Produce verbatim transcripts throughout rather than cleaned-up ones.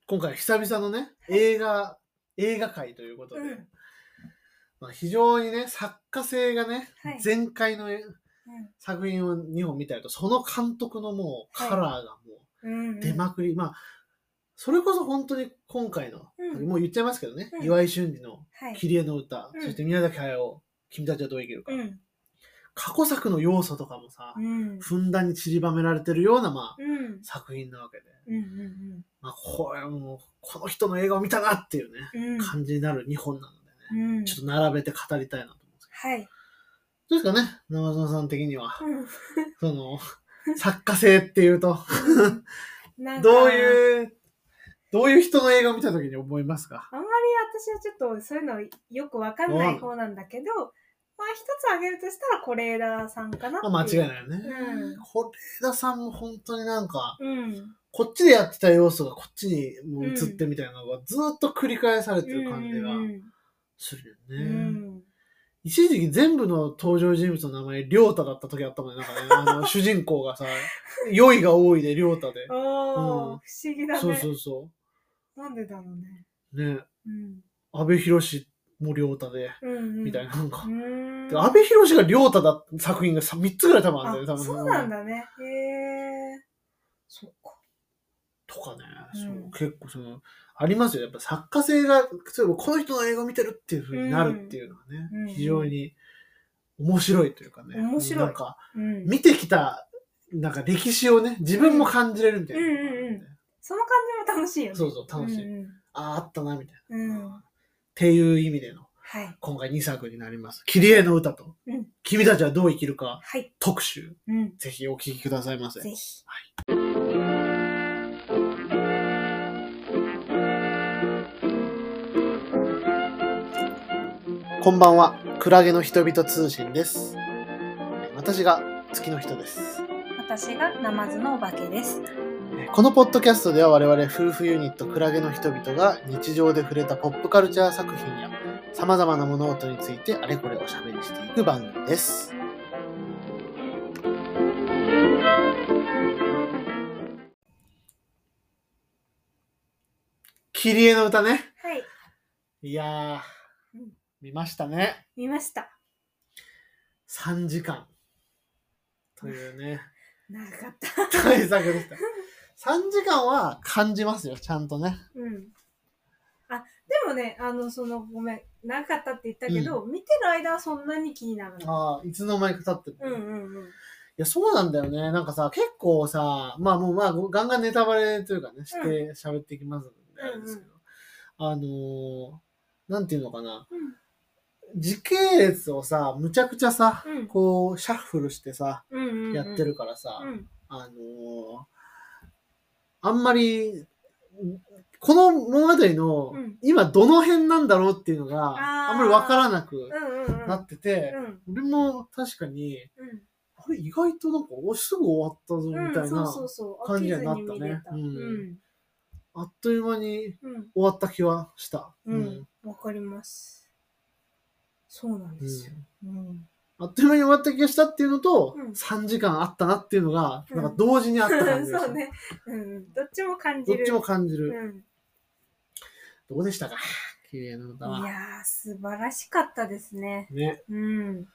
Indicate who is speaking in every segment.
Speaker 1: 今回久々のね、映画、映画界ということで、
Speaker 2: うん
Speaker 1: まあ、非常にね、作家性がね、
Speaker 2: はい
Speaker 1: 前回の
Speaker 2: うん
Speaker 1: 作品をにほん見たりと、その監督のもうカラーがも
Speaker 2: うん
Speaker 1: う出まくり、まあ、それこそ本当に今回の、
Speaker 2: うん
Speaker 1: もう言っちゃいますけどね、
Speaker 2: うん
Speaker 1: 岩井俊二の
Speaker 2: はい
Speaker 1: 切り絵の歌、
Speaker 2: うん
Speaker 1: そして宮崎駿、君たちはどう生きるか、
Speaker 2: うん
Speaker 1: 過去作の要素とかもさ、
Speaker 2: うん
Speaker 1: ふんだんに散りばめられてるような、まあ、
Speaker 2: うん
Speaker 1: 作品なわけで、
Speaker 2: うんうん
Speaker 1: まあ、これはもう、この人の映画を見たなっていうね、
Speaker 2: うん
Speaker 1: 感じになるにほんなのでね、
Speaker 2: うん
Speaker 1: ちょっと並べて語りたいなと思うんですけど。
Speaker 2: はい
Speaker 1: どうですかね、生園さん的には。
Speaker 2: うん
Speaker 1: その、作家性っていうと、
Speaker 2: なんか
Speaker 1: どういう、どういう人の映画を見たときに思いますか？
Speaker 2: あんまり私はちょっとそういうのよくわかんない方なんだけど、まあ一つ挙げるとしたら是枝さんかなっていう。
Speaker 1: まあ、間違いないよね。
Speaker 2: うん
Speaker 1: 是枝さんも本当になんか、
Speaker 2: うん
Speaker 1: こっちでやってた要素がこっちにもう映ってみたいなのがずっと繰り返されてる感じがするよね。
Speaker 2: うんうん
Speaker 1: 一時期全部の登場人物の名前、りょうただった時あったもんね。なんかね、あの、主人公がさ、酔いが多いでりょうたで。
Speaker 2: おー、
Speaker 1: うん
Speaker 2: 不思議だね。
Speaker 1: そうそうそ
Speaker 2: なんでだろうね。
Speaker 1: う。ね。
Speaker 2: うん
Speaker 1: 阿部寛もりょうたで、
Speaker 2: うんうん、
Speaker 1: みたいな。なんか
Speaker 2: う。ーん
Speaker 1: で阿部寛がりょうただ作品がさみっつぐらい多分あるんだよね、多分。
Speaker 2: そうなんだね。へえー。そっか。
Speaker 1: とかね、
Speaker 2: うん
Speaker 1: そう結構その、ありますよ。やっぱ作家性が、例えばこの人の映画を見てるっていう風になるっていうのはね、
Speaker 2: うん
Speaker 1: 非常に面白いというかね。
Speaker 2: 面白い
Speaker 1: なんか、
Speaker 2: うん、
Speaker 1: 見てきた、なんか歴史をね、自分も感じれるみたいな、
Speaker 2: うんうんうんうんその感じも楽しいよね。
Speaker 1: そうそう、楽しい。
Speaker 2: うん
Speaker 1: ああ、あったな、みたいな、
Speaker 2: うんうん。
Speaker 1: っていう意味での、
Speaker 2: はい。
Speaker 1: 今回にさくになります。切り絵の歌と、
Speaker 2: うん
Speaker 1: 君たちはどう生きるか
Speaker 2: はい。
Speaker 1: 特集。
Speaker 2: うん。
Speaker 1: ぜひお聞きくださいませ。
Speaker 2: ぜひ。
Speaker 1: こんばんは、クラゲの人々通信です。私が月の人です。
Speaker 2: 私がナマズのお化けです。
Speaker 1: このポッドキャストでは我々夫婦ユニットクラゲの人々が日常で触れたポップカルチャー作品や様々な物事についてあれこれおしゃべりしていく番組です。切り絵の歌ね。
Speaker 2: はい。
Speaker 1: いやー、
Speaker 2: うん
Speaker 1: 見ましたね。
Speaker 2: 見ました。
Speaker 1: さんじかんというね、
Speaker 2: 長かった。
Speaker 1: 大作でした。さんじかんは感じますよ、ちゃんとね。
Speaker 2: うん。あ、でもね、あの、その、ごめん、長かったって言ったけど、見てる間はそんなに気にならない。
Speaker 1: ああ、いつの間にか経ってる。
Speaker 2: うんうんうん。
Speaker 1: いや、そうなんだよね。なんかさ、結構さ、まあもうまあ、ガンガンネタバレというかね、して喋っていきますので、あれですけど。あのー、なんていうのかな。
Speaker 2: うん
Speaker 1: 時系列をさ、むちゃくちゃさ、
Speaker 2: うん
Speaker 1: こう、シャッフルしてさ、
Speaker 2: うんうんうん、
Speaker 1: やってるからさ、
Speaker 2: うん
Speaker 1: あのー、あんまり、この物語の、
Speaker 2: うん
Speaker 1: 今どの辺なんだろうっていうのが、
Speaker 2: あー
Speaker 1: あんまりわからなく
Speaker 2: うんうんうん、
Speaker 1: なってて、
Speaker 2: うん
Speaker 1: 俺も確かに、
Speaker 2: うん
Speaker 1: あれ意外となんか、おすぐ終わったぞ、みたい
Speaker 2: うん、そう
Speaker 1: な
Speaker 2: そうそう
Speaker 1: 感じにはなった
Speaker 2: 飽きずに見れ
Speaker 1: ね。う
Speaker 2: たうんん
Speaker 1: あっという間に
Speaker 2: うん
Speaker 1: 終わった気はした。
Speaker 2: うんわ、かります。そうなんですよ。うん
Speaker 1: あっという間に終わった気がしたっていうのと、
Speaker 2: うん
Speaker 1: さんじかんあったなっていうのが、
Speaker 2: うん
Speaker 1: なんか同時にあった感じがした。
Speaker 2: そうね、うん。どっちも感じる。
Speaker 1: どっちも感じる。
Speaker 2: うん、
Speaker 1: どうでしたか、綺麗な歌は。
Speaker 2: いやー、素晴らしかったですね。
Speaker 1: ね。
Speaker 2: うん。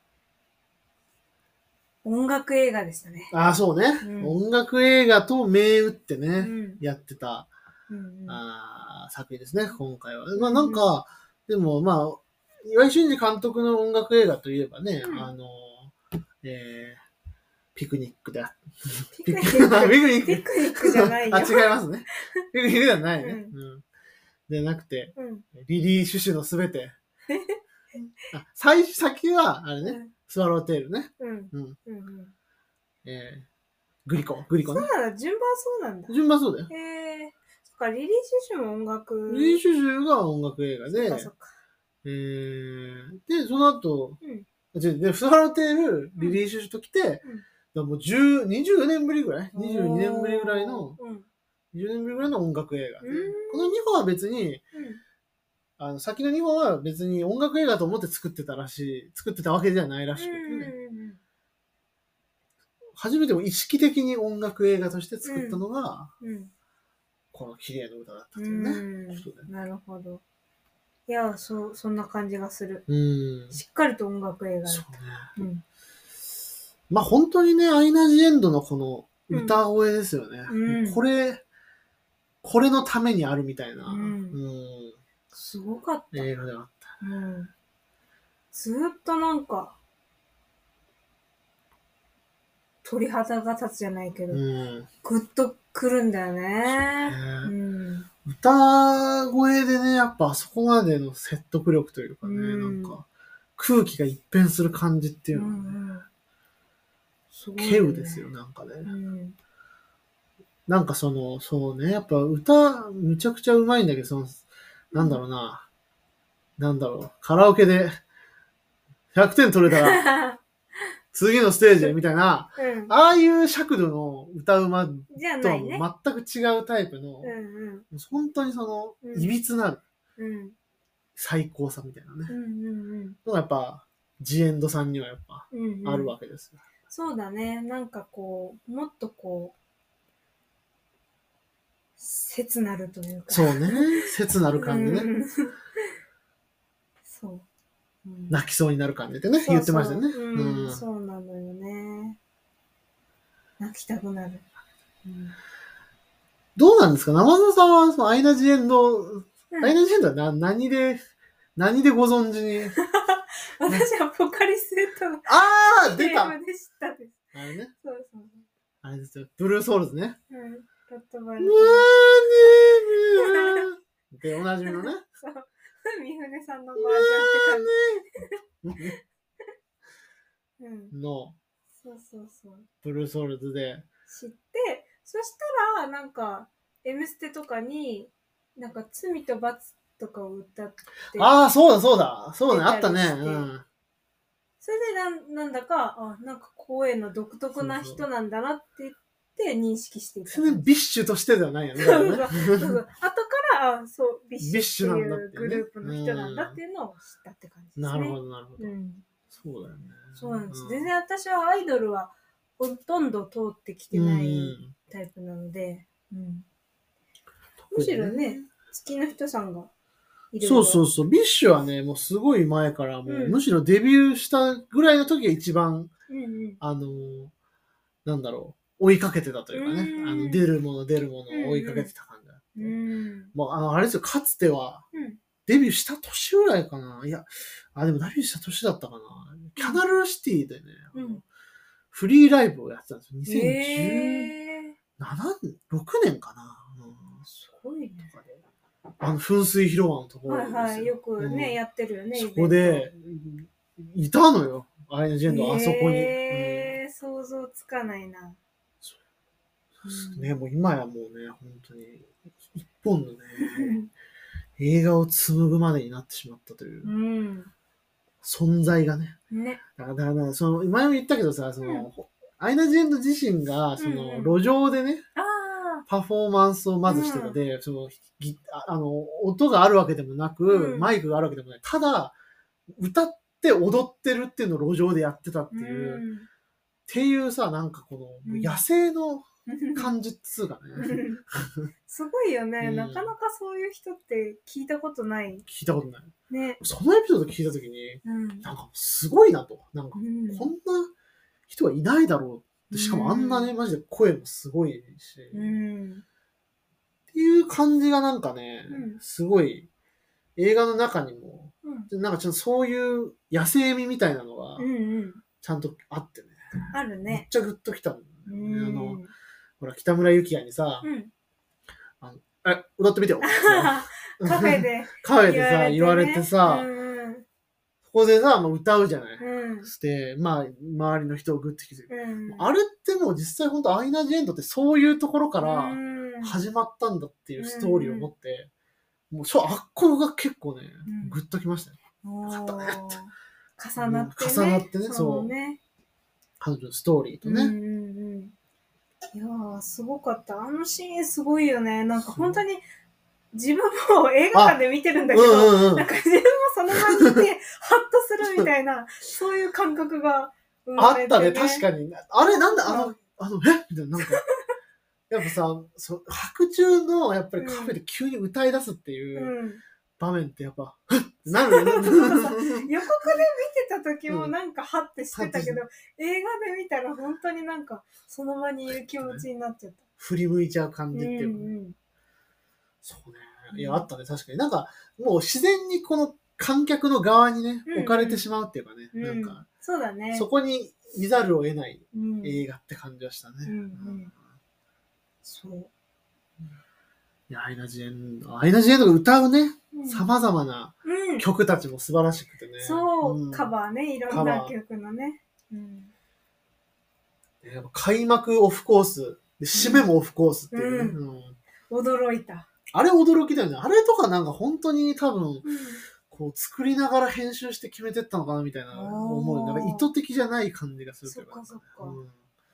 Speaker 2: 音楽映画でしたね。
Speaker 1: ああ、そうね、
Speaker 2: うん
Speaker 1: 音楽映画と銘打ってね、
Speaker 2: うん
Speaker 1: やってた、
Speaker 2: うんうん、
Speaker 1: あ作品ですね、今回は。まあなんか、でもまあ、岩井俊二監督の音楽映画といえばね、
Speaker 2: うん
Speaker 1: あの、えー、ピクニックだ。
Speaker 2: ピクニック
Speaker 1: ピクニック。
Speaker 2: ピクニックじゃないよ。
Speaker 1: あ、違いますね。ピクニックではないね。
Speaker 2: う
Speaker 1: うん。でなくて、
Speaker 2: うん。
Speaker 1: リリー・シュシュのすべて。あ最先は、あれね、
Speaker 2: うん
Speaker 1: スワローテールね。
Speaker 2: うん。
Speaker 1: うん。
Speaker 2: うんうん。
Speaker 1: えー、グリコ、グリコね。
Speaker 2: そうなんだ、順番そうなんだ。
Speaker 1: 順番そうだよ。
Speaker 2: へえ。そっか、リリー・シュシュも音楽。
Speaker 1: リリー・シュシュが音楽映画で
Speaker 2: そっ、かそっか。
Speaker 1: えー、で、その後、
Speaker 2: うん。
Speaker 1: で、でスワローテール、リリー・シュシュと来て、
Speaker 2: うん
Speaker 1: だからもうじゅう、にじゅうねんぶりぐらい ?にじゅうに 年ぶりぐらいの、
Speaker 2: うん。
Speaker 1: にじゅうねんぶりぐらいの音楽映画で
Speaker 2: うん。
Speaker 1: このにほんは別に、
Speaker 2: うん。
Speaker 1: あの、先のにほんは別に音楽映画と思って作ってたらしい、作ってたわけではないらしくて、
Speaker 2: うん
Speaker 1: 初めても意識的に音楽映画として作ったのが、
Speaker 2: うん。
Speaker 1: こ心きれいな歌だったって
Speaker 2: う
Speaker 1: いうね。
Speaker 2: ん
Speaker 1: そうだよね。
Speaker 2: なるほど。いや、そ、そんな感じがする。
Speaker 1: うん。
Speaker 2: しっかりと音楽映画だった。
Speaker 1: そうね。
Speaker 2: うん。
Speaker 1: まあ本当にね、アイナ・ジ・エンドのこの歌声ですよね。
Speaker 2: うん
Speaker 1: これ、これのためにあるみたいな、
Speaker 2: うん
Speaker 1: うん
Speaker 2: すごかった。
Speaker 1: 映画ではあった。
Speaker 2: うん。ずーっとなんか、鳥肌が立つじゃないけど、
Speaker 1: うん、
Speaker 2: ぐっとくるんだよね。
Speaker 1: そうね
Speaker 2: うん。
Speaker 1: 歌声でね、やっぱあそこまでの説得力というかね、
Speaker 2: うん
Speaker 1: なんか空気が一変する感じっていうのはね、
Speaker 2: うんうんすごい
Speaker 1: 稀
Speaker 2: よね
Speaker 1: 有ですよ、なんかね。
Speaker 2: うん。
Speaker 1: なんかその、そうね、やっぱ歌、むちゃくちゃうまいんだけど、その、なんだろうな、なんだろう、カラオケでひゃくてん取れたら、次のステージへみたいな、
Speaker 2: うん。
Speaker 1: ああいう尺度の歌うま
Speaker 2: じゃ
Speaker 1: とは
Speaker 2: ないね。
Speaker 1: もう全く違うタイプの、
Speaker 2: うんうん。
Speaker 1: 本当にその、
Speaker 2: うん
Speaker 1: いびつなる
Speaker 2: うん。
Speaker 1: 最高さみたいなね。
Speaker 2: うんうんうん。
Speaker 1: のがやっぱ、ジエンドさんにはやっぱ、
Speaker 2: うんうん。
Speaker 1: あるわけですよ。
Speaker 2: そうだね。なんかこう、もっとこう、切なるというか。
Speaker 1: そうね。切なる感じね。
Speaker 2: うんそう。うん
Speaker 1: 泣きそうになる感じでね、
Speaker 2: そうそう
Speaker 1: 言ってましたよね。
Speaker 2: うん、
Speaker 1: うん
Speaker 2: そうなのよね。泣きたくなる。うん
Speaker 1: どうなんですか生田さんは、そのアイナ・ジ・エンド、
Speaker 2: うん
Speaker 1: アイナ・ジ・エンドはな何で、何でご存知に。
Speaker 2: 私はポカリスエットの
Speaker 1: あー出た
Speaker 2: ゲームでしたです。
Speaker 1: あれね。
Speaker 2: そうそう
Speaker 1: あれですよ。ブルーソウルズね。
Speaker 2: そう。うん。ロットバ
Speaker 1: マ
Speaker 2: ル
Speaker 1: ネーで、おなじみのね。
Speaker 2: そう。三船さんのバージョンって感じ。うん。
Speaker 1: の、
Speaker 2: そうそうそう。
Speaker 1: ブルーソウルズで。
Speaker 2: 知って、そしたら、なんか、M ステとかに、なんか、罪と罰とかを歌って、
Speaker 1: ああ、そうだそうだ。そうね、
Speaker 2: 出たり
Speaker 1: あったね。
Speaker 2: して
Speaker 1: うん。
Speaker 2: それでなんなんだか、あ、なんか声の独特な人なんだなって言って認識していた。
Speaker 1: 全然ビッシュとしてではないよね。
Speaker 2: そうそう
Speaker 1: だからね
Speaker 2: そうそう。後から、あ、そう、ビッ
Speaker 1: ビッ
Speaker 2: シュってい
Speaker 1: シュなんだっていうね
Speaker 2: うグループの人なんだっていうのを知ったって感じですね。
Speaker 1: なるほど、なるほど。
Speaker 2: うん。
Speaker 1: そうだよね。
Speaker 2: そうなんです。
Speaker 1: ん
Speaker 2: 全然私はアイドルはほとんど通ってきてな
Speaker 1: う
Speaker 2: い
Speaker 1: ん
Speaker 2: タイプなので、うん。
Speaker 1: 特に
Speaker 2: むしろね、月の人さんがいる。
Speaker 1: そうそうそう。ビッシュはね、もうすごい前からもう、
Speaker 2: うん
Speaker 1: むしろデビューしたぐらいの時が一番、
Speaker 2: うんうん。
Speaker 1: あのーなんだろう、追いかけてたというかね。
Speaker 2: うん
Speaker 1: あの、出るもの出るものを追いかけてた感じだって。
Speaker 2: うん。
Speaker 1: もう、あの、あれですよ、かつては、
Speaker 2: うん。
Speaker 1: デビューした年ぐらいかな。いや、あ、でもデビューした年だったかな。キャナルシティでね、
Speaker 2: うん
Speaker 1: あのフリーライブをやってたんですよ。にせんじゅう
Speaker 2: え
Speaker 1: なな、ろくねんかな。うん
Speaker 2: ー、すごいね。
Speaker 1: あの、噴水広場のところですよ。
Speaker 2: はいはい、よくね、
Speaker 1: うん
Speaker 2: やってるよね。
Speaker 1: そこで、いたのよ。アイナ・ジ・エンド、あそこに。
Speaker 2: えー、想像つかないな。
Speaker 1: うんね、もう今やもうね、本当に、一本のね、映画を紡ぐまでになってしまったという
Speaker 2: うん。
Speaker 1: 存在がね。
Speaker 2: ね。
Speaker 1: だから、だからその前も言ったけどさ、その、アイナ・ジ・エンド自身が、その、
Speaker 2: うん
Speaker 1: 路上でね、
Speaker 2: あ
Speaker 1: パフォーマンスをまずしてたで、その、ギああの、音があるわけでもなく、
Speaker 2: うん
Speaker 1: マイクがあるわけでもない。ただ、歌って踊ってるっていうのを路上でやってたって
Speaker 2: あ。
Speaker 1: いう、っ
Speaker 2: うん
Speaker 1: ていうさ、なんかこの、
Speaker 2: うん
Speaker 1: 野生の感じっつうかね、
Speaker 2: すごいよね、
Speaker 1: うん
Speaker 2: なかなかそういう人って聞いたことない。
Speaker 1: 聞いたことない。
Speaker 2: ね。
Speaker 1: そのエピソード聞いたときに、
Speaker 2: うん。
Speaker 1: なんかすごいなと。なんか、
Speaker 2: うん
Speaker 1: こんな人はいないだろう。しかもあんなね、
Speaker 2: うん
Speaker 1: マジで声もすごいし、
Speaker 2: う
Speaker 1: っ
Speaker 2: ん。
Speaker 1: ていう感じがなんかね、
Speaker 2: うん
Speaker 1: すごい、映画の中にも、
Speaker 2: うん。
Speaker 1: なんかちょっとそういう野生味みたいなのが
Speaker 2: うんうん。
Speaker 1: ちゃんとあってね、
Speaker 2: ある
Speaker 1: めっ
Speaker 2: ね。
Speaker 1: ちゃグッときたもんね。
Speaker 2: うん。
Speaker 1: あの、ほら、北村幸也にさ、
Speaker 2: うん。
Speaker 1: え、歌ってみてよ。
Speaker 2: カフェで
Speaker 1: カフェでさ、言われてさ、
Speaker 2: うん
Speaker 1: そこでさ、もう歌うじゃない。
Speaker 2: うん
Speaker 1: して、まあ、周りの人をグッてきて、
Speaker 2: うん。
Speaker 1: あれってもう実際本当アイナ・ジ・エンドってそういうところから
Speaker 2: うん
Speaker 1: 始まったんだっていうストーリーを持って、もうそう、あっこが結構ね、
Speaker 2: うん
Speaker 1: グッときましたね。
Speaker 2: おー
Speaker 1: よかったね
Speaker 2: 重なってね。
Speaker 1: 重なってね
Speaker 2: そうね。
Speaker 1: 彼女のストーリーとね。
Speaker 2: うんうんうん。いやー、すごかった。あのシーンすごいよね。なんか本当に、自分も映画館で見てるんだけど、
Speaker 1: うんうんうん
Speaker 2: なんか自分もその場にいて、ハッとするみたいな、そういう感覚が生まれて、
Speaker 1: あったね、確かに。あれなんだ、あの、あの、えみたいな、なんか、 やっぱさ、そ白昼のやっぱりカフェで急に歌い出すっていう
Speaker 2: うん。
Speaker 1: 場面ってやっぱ、ふっってなるよね。
Speaker 2: そうそうそう予告で見てた時もなんかハッてしてたけど、
Speaker 1: うん
Speaker 2: 映画で見たら本当になんかその場にいる気持ちになっちゃった。
Speaker 1: 振り向いちゃう感
Speaker 2: うん
Speaker 1: じっていうか、ね
Speaker 2: うん。
Speaker 1: そうね。いや、あったね、確かに。なんか、もう自然にこの観客の側にね、
Speaker 2: うんうん
Speaker 1: 置かれてしまうっていうかね、
Speaker 2: うん、
Speaker 1: なんか、
Speaker 2: そうだね。
Speaker 1: そこにいざるを得ない
Speaker 2: うん、
Speaker 1: 映画って感じはしたね。
Speaker 2: うんうんそう。
Speaker 1: いや、アイナ・ジ・エンド、アイナ・ジ・エンドが歌うね、
Speaker 2: うん
Speaker 1: 様々な
Speaker 2: うん、
Speaker 1: 曲たちも素晴らしくてね。
Speaker 2: そう、
Speaker 1: ん
Speaker 2: カバーね、いろんな曲のね。うん
Speaker 1: やっぱ開幕オフコース、で締めもオフコースっていうね。
Speaker 2: う
Speaker 1: うん
Speaker 2: 驚いた。
Speaker 1: あれ驚きだよね。あれとかなんか本当に多分、
Speaker 2: うん
Speaker 1: こう作りながら編集して決めてったのかなみたいな思うよ。なんか意図的じゃない感じがするというか。
Speaker 2: そっかそっか
Speaker 1: うん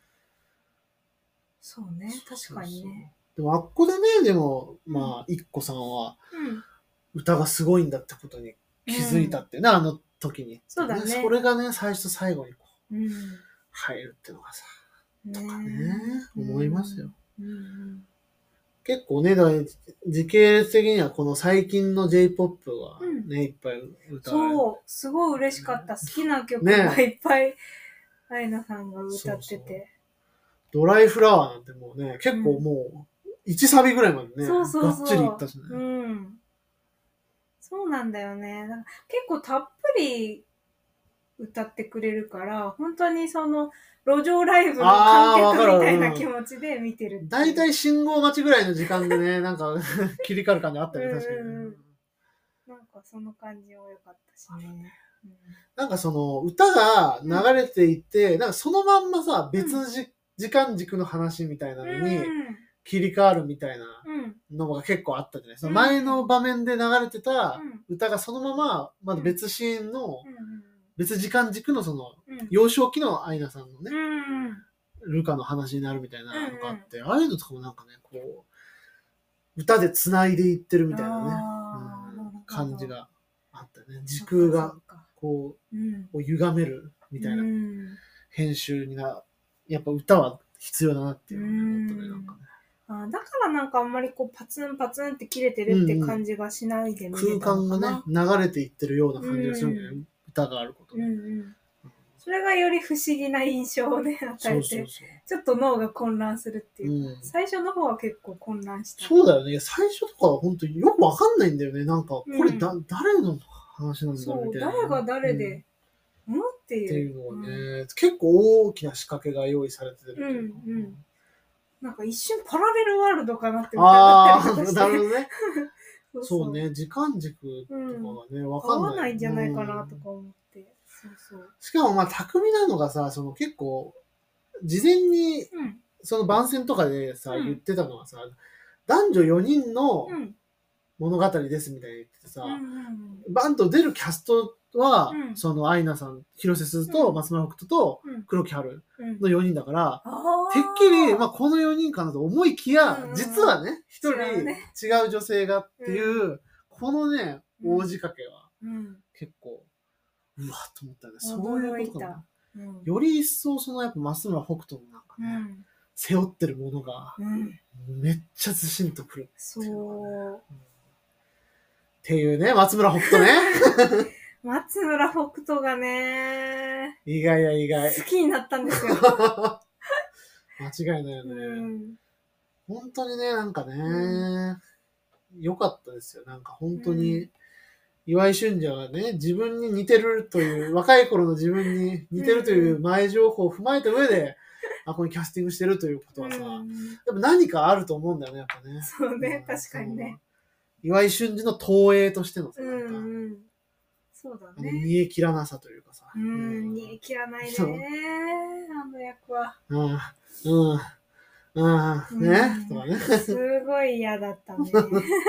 Speaker 2: そうね、確かにね。
Speaker 1: でもあっこでね、でも、まあ、いっこさんは
Speaker 2: うん。
Speaker 1: 歌がすごいんだってことに気づいたってね、あの時に。
Speaker 2: そうだね
Speaker 1: それがね、最初と最後にこう
Speaker 2: うん。
Speaker 1: 入るっていうのがさ、
Speaker 2: ね
Speaker 1: ね、思いますよ。
Speaker 2: うんうん
Speaker 1: 結構ね、だから時系列的にはこの最近の J-ポップ が
Speaker 2: うん
Speaker 1: ね、いっぱい歌われて。
Speaker 2: そう、すごい嬉しかった。好きな曲が
Speaker 1: ね
Speaker 2: いっぱい、アイナさんが歌ってて。
Speaker 1: ドライフラワーなんてもうね、結構もう、いちサビぐらいまでね、
Speaker 2: そうそうそう。
Speaker 1: がっちりいったしね。
Speaker 2: うん。そうなんだよね。なんか結構たっぷり歌ってくれるから、本当にその、路上ライブの観客みたいな気持ちで見てるっていう。
Speaker 1: だいたい信号待ちぐらいの時間でね、なんか切り替わる感じあったよね、確かにね。
Speaker 2: うんうんうんなんかその感じも良かったしね。うん
Speaker 1: なんかその歌が流れていて、なんかそのまんまさ、別のじ、時間軸の話みたいなのに切り替わるみたいな
Speaker 2: うん
Speaker 1: のが結構あったじゃない。その前の場面で流れてた
Speaker 2: うん
Speaker 1: 歌がそのまま、まだ別シーンの、
Speaker 2: うんうん
Speaker 1: 別時間軸のその、
Speaker 2: うん
Speaker 1: 幼少期のアイナさんのね、
Speaker 2: うん
Speaker 1: ルカの話になるみたいなのがあって、ああいうのとかもなんかね、こう、歌で繋いでいってるみたいなね、うん
Speaker 2: あーなるほど
Speaker 1: 感じがあったよね。時空が、こ
Speaker 2: うん
Speaker 1: う、を歪めるみたいな
Speaker 2: うん
Speaker 1: 編集にな、やっぱ歌は必要だなっていうのをね思ったね、なんかね。
Speaker 2: あだからなんかあんまりこうパツンパツンって切れてるって感じがしないで見れ
Speaker 1: 空
Speaker 2: たの
Speaker 1: 間
Speaker 2: かな。
Speaker 1: がね、流れていってるような感じがするんだよね、歌があること
Speaker 2: うん
Speaker 1: で。
Speaker 2: うん。それがより不思議な印象をね、与えて、
Speaker 1: そうそうそう。
Speaker 2: ちょっと脳が混乱するっていうか、
Speaker 1: うん
Speaker 2: 最初の方は結構混乱した。
Speaker 1: そうだよね。いや最初とかは本当によくわかんないんだよね。なんか、これだ、
Speaker 2: う
Speaker 1: 誰の話なんだろ
Speaker 2: そうう、
Speaker 1: みたいな。
Speaker 2: 誰が誰
Speaker 1: うん
Speaker 2: で、んっていう。
Speaker 1: っていうのがね、結構大きな仕掛けが用意されてるっていうか。
Speaker 2: うんうんなんか一瞬パラレルワールドかなって疑
Speaker 1: ああ、
Speaker 2: ったりとかして。
Speaker 1: なるほどね。
Speaker 2: そう
Speaker 1: そうね、時間軸とかがね、わかんない。
Speaker 2: 合わないんじゃないかなと
Speaker 1: うん
Speaker 2: か思って。そうそう。
Speaker 1: しかもまあ、巧みなのがさ、その結構、事前に、
Speaker 2: うん。
Speaker 1: その番宣とかでさ、
Speaker 2: うん
Speaker 1: 言ってたのはさ、男女よにんの
Speaker 2: うん。
Speaker 1: 物語ですみたいに言っててさ、
Speaker 2: うんうん
Speaker 1: バンと出るキャストは、
Speaker 2: うん
Speaker 1: そのアイナさん、広瀬すずと
Speaker 2: うん
Speaker 1: 松村北斗と
Speaker 2: うん。
Speaker 1: 黒木華
Speaker 2: うん。
Speaker 1: のよにんだから、
Speaker 2: あ
Speaker 1: てっきり、まあ、このよにんかなと思いきや、
Speaker 2: うん
Speaker 1: 実はね、一人
Speaker 2: 違うね
Speaker 1: 違う女性がっていう、このね、
Speaker 2: うん
Speaker 1: 大仕掛けは
Speaker 2: うん。
Speaker 1: 結構、うわっと思ったね。そういうことか
Speaker 2: 驚い
Speaker 1: も。
Speaker 2: うん。
Speaker 1: より一層そのやっぱ松村北斗のなんかね、
Speaker 2: うん。
Speaker 1: 背負ってるものが、
Speaker 2: うん。
Speaker 1: めっちゃずしんとくる。
Speaker 2: そう。
Speaker 1: っていうね、松村北斗ね。
Speaker 2: 松村北斗がね、
Speaker 1: 意外や意外。
Speaker 2: 好きになったんですよ。
Speaker 1: 間違いないよ
Speaker 2: う
Speaker 1: ね。
Speaker 2: ん。
Speaker 1: 本当にね、なんかね、良、かったですよ。なんか本当
Speaker 2: う
Speaker 1: に、岩井俊二がね、自分に似てるという、若い頃の自分に似てるという前情報を踏まえた上で、あ、ここにキャスティングしてるということはさ、
Speaker 2: うん
Speaker 1: やっぱ何かあると思うんだよね、やっぱね。
Speaker 2: そうね、
Speaker 1: うん
Speaker 2: 確かにね。。
Speaker 1: 岩井俊二の投影としてのさ、
Speaker 2: う
Speaker 1: なんか、
Speaker 2: んうん。そうだ
Speaker 1: あの
Speaker 2: ね。
Speaker 1: 煮え切らなさというかさ。
Speaker 2: うん、煮え切らない
Speaker 1: そう
Speaker 2: ね。あの役は。
Speaker 1: うん、うん、うん、ね、とかね。
Speaker 2: すごい嫌だったね。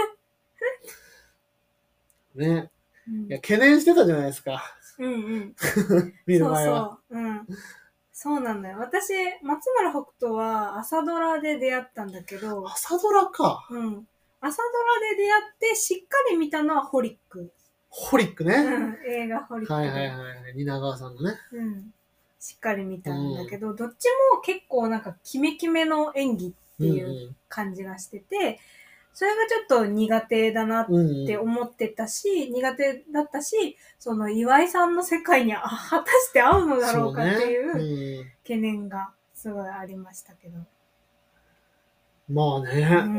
Speaker 1: ね。
Speaker 2: うん
Speaker 1: いや、懸念してたじゃないですか。
Speaker 2: うんうん。
Speaker 1: 見る前は。
Speaker 2: そうそう。うん。そうなんだよ。私、松村北斗は朝ドラで出会ったんだけど、
Speaker 1: 朝ドラか。
Speaker 2: うん。朝ドラで出会ってしっかり見たのはホリック。
Speaker 1: ホリックね。
Speaker 2: うん。映画ホリック。
Speaker 1: はいはいはい。蜷川さんのね。
Speaker 2: うん。しっかり見たんだけど、どっちも結構なんかキメキメの演技っていう感じがしてて、それがちょっと苦手だなって思ってたし、うんうん、苦手だったし、その岩井さんの世界に果たして合うのだろうかっていう懸念がすごいありましたけど。
Speaker 1: まあね、
Speaker 2: うん、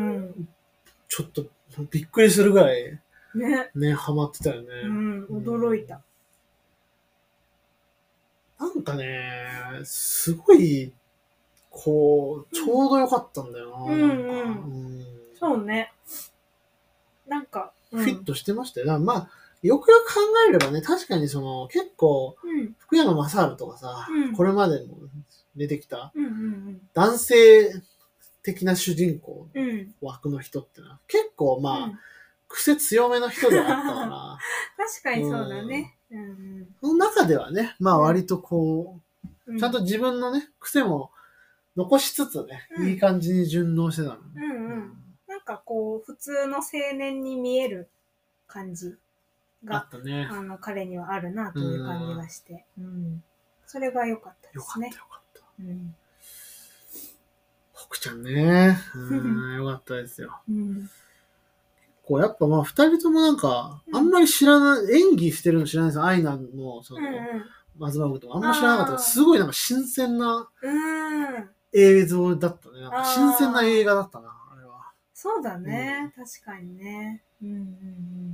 Speaker 1: ちょっとびっくりするぐらい
Speaker 2: ね、
Speaker 1: ね、ハマってたよね。
Speaker 2: うん、驚いた。
Speaker 1: なんかね、すごい、こう、ちょうどよかったんだよな。
Speaker 2: うんうんうん、そうね。なんか、
Speaker 1: うん、フィットしてましたよ。だからまあ、よくよく考えればね、確かにその、結構、うん、福山雅治とかさ、うん、これまでも出てきた、男性的な主人公の枠の人ってのは、結構まあ、うん、癖強めの人であったから。
Speaker 2: 確かにそうだね。うんうん、
Speaker 1: その中ではね、まあ割とこう、うん、ちゃんと自分のね、癖も残しつつね、うん、いい感じに順応してたの、ね。
Speaker 2: うんうん。なんかこう、普通の青年に見える感じが、
Speaker 1: あったね、
Speaker 2: あの、彼にはあるなという感じがして、うん、それが良かったですね。
Speaker 1: よかったよかった。
Speaker 2: うん、
Speaker 1: 北ちゃんね、うん、よかったですよ。うんこうやっぱまあ二人ともなんか、あんまり知らない、うん、演技してるの知らないですよ。アイナの、その、うんうん、松葉君とかあんまり知らなかったから、すごいなんか新鮮な映像だったね。なんか新鮮な映画だったな、あれは。
Speaker 2: そうだね、うん、確かにね、うんうんうん。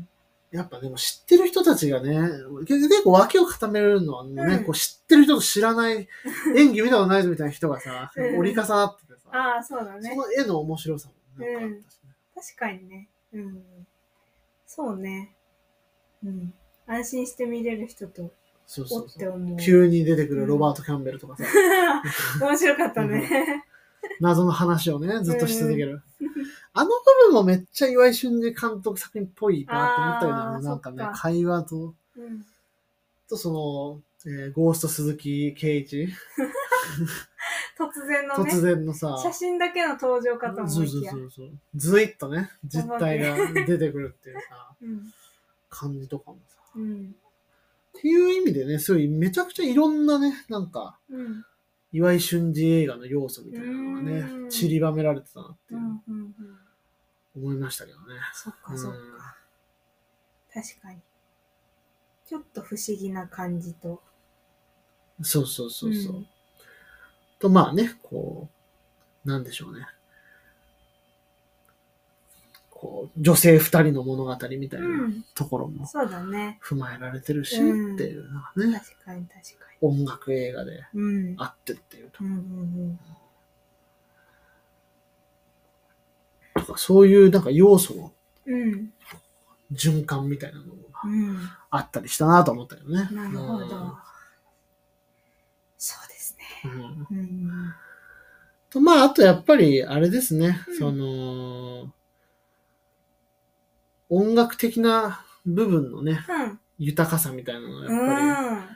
Speaker 1: やっぱでも知ってる人たちがね、結構脇を固めるのはね、うん、こう知ってる人と知らない演技見たことないぞみたいな人がさ、うん、折り重なっててさ、
Speaker 2: ああ、そうだね。
Speaker 1: その絵の面白さもなんかあったしね。
Speaker 2: うん、確かにね。うん、そうね。うん。安心して見れる人と、
Speaker 1: そうそうそう。急に出てくるロバート・キャンベルとかさ。
Speaker 2: うん、面白かったね。
Speaker 1: 謎の話をね、ずっとし続ける。うん、あの部分もめっちゃ岩井俊二監督作品っぽいなと思ったよね。なんかね、会話と、うん、とその、えー、ゴースト鈴木圭一。
Speaker 2: 突然のね、
Speaker 1: 突然のさ、
Speaker 2: 写真だけの登場かと思いきや。
Speaker 1: そうそうそうそう。ずいっとね、実体が出てくるっていうさ、うん、感じとかもさ、うん。っていう意味でね、そういうめちゃくちゃいろんなね、なんか、うん、岩井俊二映画の要素みたいなのがね、散りばめられてたなっていう、うんうんうん、思いましたけどね。
Speaker 2: そっかそっか、うん。確かに。ちょっと不思議な感じと。
Speaker 1: そうそうそうそう。うんと、まあね、こう、なんでしょうね。こう、女性二人の物語みたいなところも、
Speaker 2: そうだね。
Speaker 1: 踏まえられてるし、っていうのはね、うん。
Speaker 2: 確かに確かに。
Speaker 1: 音楽映画であってっていうところ。うんうんうんうん、とか、そういうなんか要素の循環みたいなのがあったりしたなと思ったよね。
Speaker 2: うん、なるほど。うん、そうですね。うんうん
Speaker 1: とまあ、あとやっぱり、あれですね、うん、その、音楽的な部分のね、うん、豊かさみたいなのがやっぱり、うん、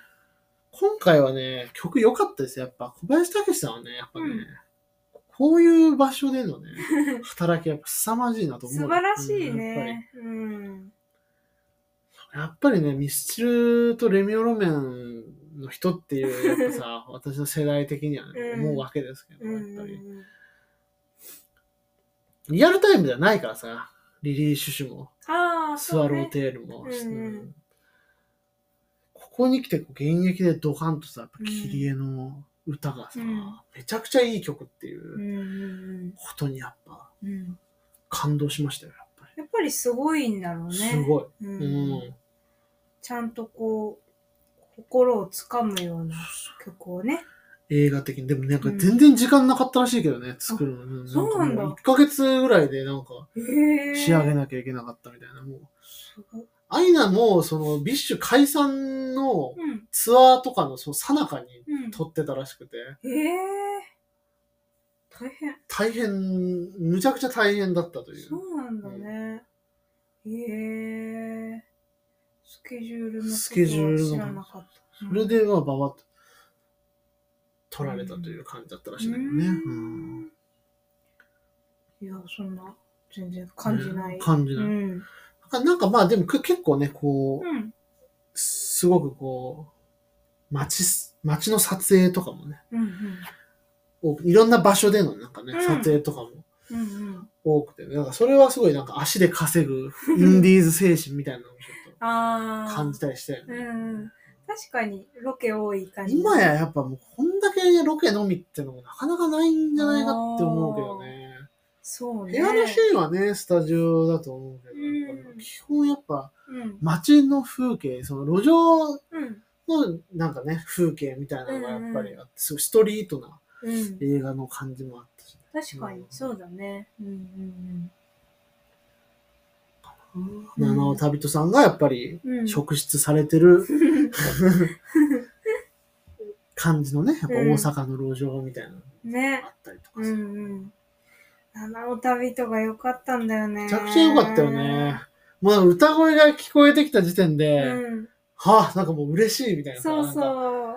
Speaker 1: 今回はね、曲良かったですよ。やっぱ、小林武史さんはね、やっぱね、うん、こういう場所でのね、働きやっぱ凄まじいなと思う。
Speaker 2: 素晴らしいね。うん、やっぱり、
Speaker 1: やっぱりね、ミスチルとレミオロメンの人っていう、やっぱさ、私の世代的にはね、思うわけですけど、やっぱり。リアルタイムではないからさ、リリー・シュシュも、スワローテールも、うんうん、ここに来て現役でドカンとさ、やっぱキリエの歌がさ、うん、めちゃくちゃいい曲っていうことにやっぱ、うん、感動しましたよ、やっぱり。
Speaker 2: やっぱりすごいんだろうね。
Speaker 1: すごい。
Speaker 2: うんうん、ちゃんとこう、心をつかむような曲をね。
Speaker 1: 映画的に。でもなんか全然時間なかったらしいけどね、うん、作るの。うん、
Speaker 2: そうなんだ。
Speaker 1: いっかげつぐらいでなんか、仕上げなきゃいけなかったみたいな。もうすごい。アイナも、その、ビッシュ解散のツアーとかのその最中に撮ってたらしくて。
Speaker 2: うん、えー、大変。
Speaker 1: 大変、むちゃくちゃ大変だったという。
Speaker 2: そうなんだね。うん、えー、スケジュールのことは知らなかった。
Speaker 1: それで、まあ、ばばっと撮られたという感じだったらしいんだけどね。うん、
Speaker 2: いや、そんな、全然感じない。
Speaker 1: ね、感じない。うんなんかまあでも結構ね、こう、うん、すごくこう、街、街の撮影とかもね、うんうん、いろんな場所でのなんかね、うん、撮影とかも
Speaker 2: うんうん、
Speaker 1: 多くて、なんかそれはすごいなんか足で稼ぐインディーズ精神みたいなのをちょっと感じたりしたよね。
Speaker 2: うん、確かにロケ多い感じ。
Speaker 1: 今ややっぱもうこんだけロケのみってのもなかなかないんじゃないかって思うけどね。
Speaker 2: そうね。
Speaker 1: 部屋のシーンはね、スタジオだと思うけど、やっぱ基本やっぱ街の風景、その路上のなんかね、風景みたいなのがやっぱりあって、ストリートな映画の感じもあったし、ね。
Speaker 2: 確かに、そうだね。うんうん
Speaker 1: うん。七尾旅人さんがやっぱり職質されてる、うん、感じのね、やっぱ大阪の路上みたいなのがあったりとかさ。
Speaker 2: ね、うんうん、七尾旅人が良かったんだよね。
Speaker 1: めちゃくちゃ良かったよね。もう歌声が聞こえてきた時点で、うん、はぁ、なんかもう嬉しいみたいな。
Speaker 2: そうそう。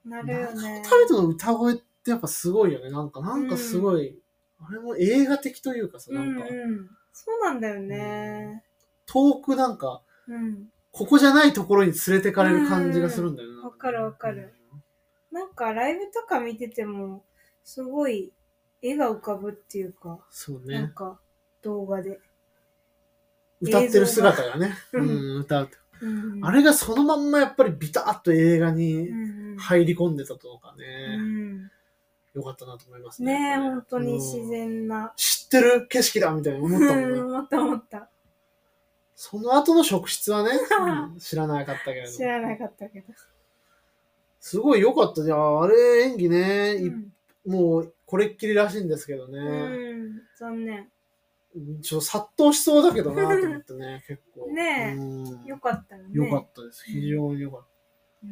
Speaker 2: なるよね。
Speaker 1: 七尾旅人の歌声ってやっぱすごいよね。なんか、なんかすごい、うん、あれも映画的というかさ、なんか。
Speaker 2: うんうん、そうなんだよね。
Speaker 1: 遠くなんか、うん、ここじゃないところに連れてかれる感じがするんだよね。
Speaker 2: わ、うん、かるわかる。なんかライブとか見てても、すごい絵が浮かぶっていうか、
Speaker 1: そうね。
Speaker 2: なんか動画で。
Speaker 1: 歌ってる姿がね、うん、歌う、うん。あれがそのまんまやっぱりビタッと映画に入り込んでたとかね。うん、よかったなと思いますね。
Speaker 2: ねえ、本当に自然な、うん。
Speaker 1: 知ってる景色だみたいに思ったもんね。
Speaker 2: 思った思った。
Speaker 1: その後の職質はね、うん、知らなかったけれど。
Speaker 2: 知らなかったけど。
Speaker 1: すごい良かったじゃん。あれ演技ね、うん、もうこれっきりらしいんですけどね。
Speaker 2: うん、残念。
Speaker 1: ちょっと殺到しそうだけどなと思ってね、結構。
Speaker 2: ねえ、うん、よかったよね。
Speaker 1: よかったです。非常によかった。うん、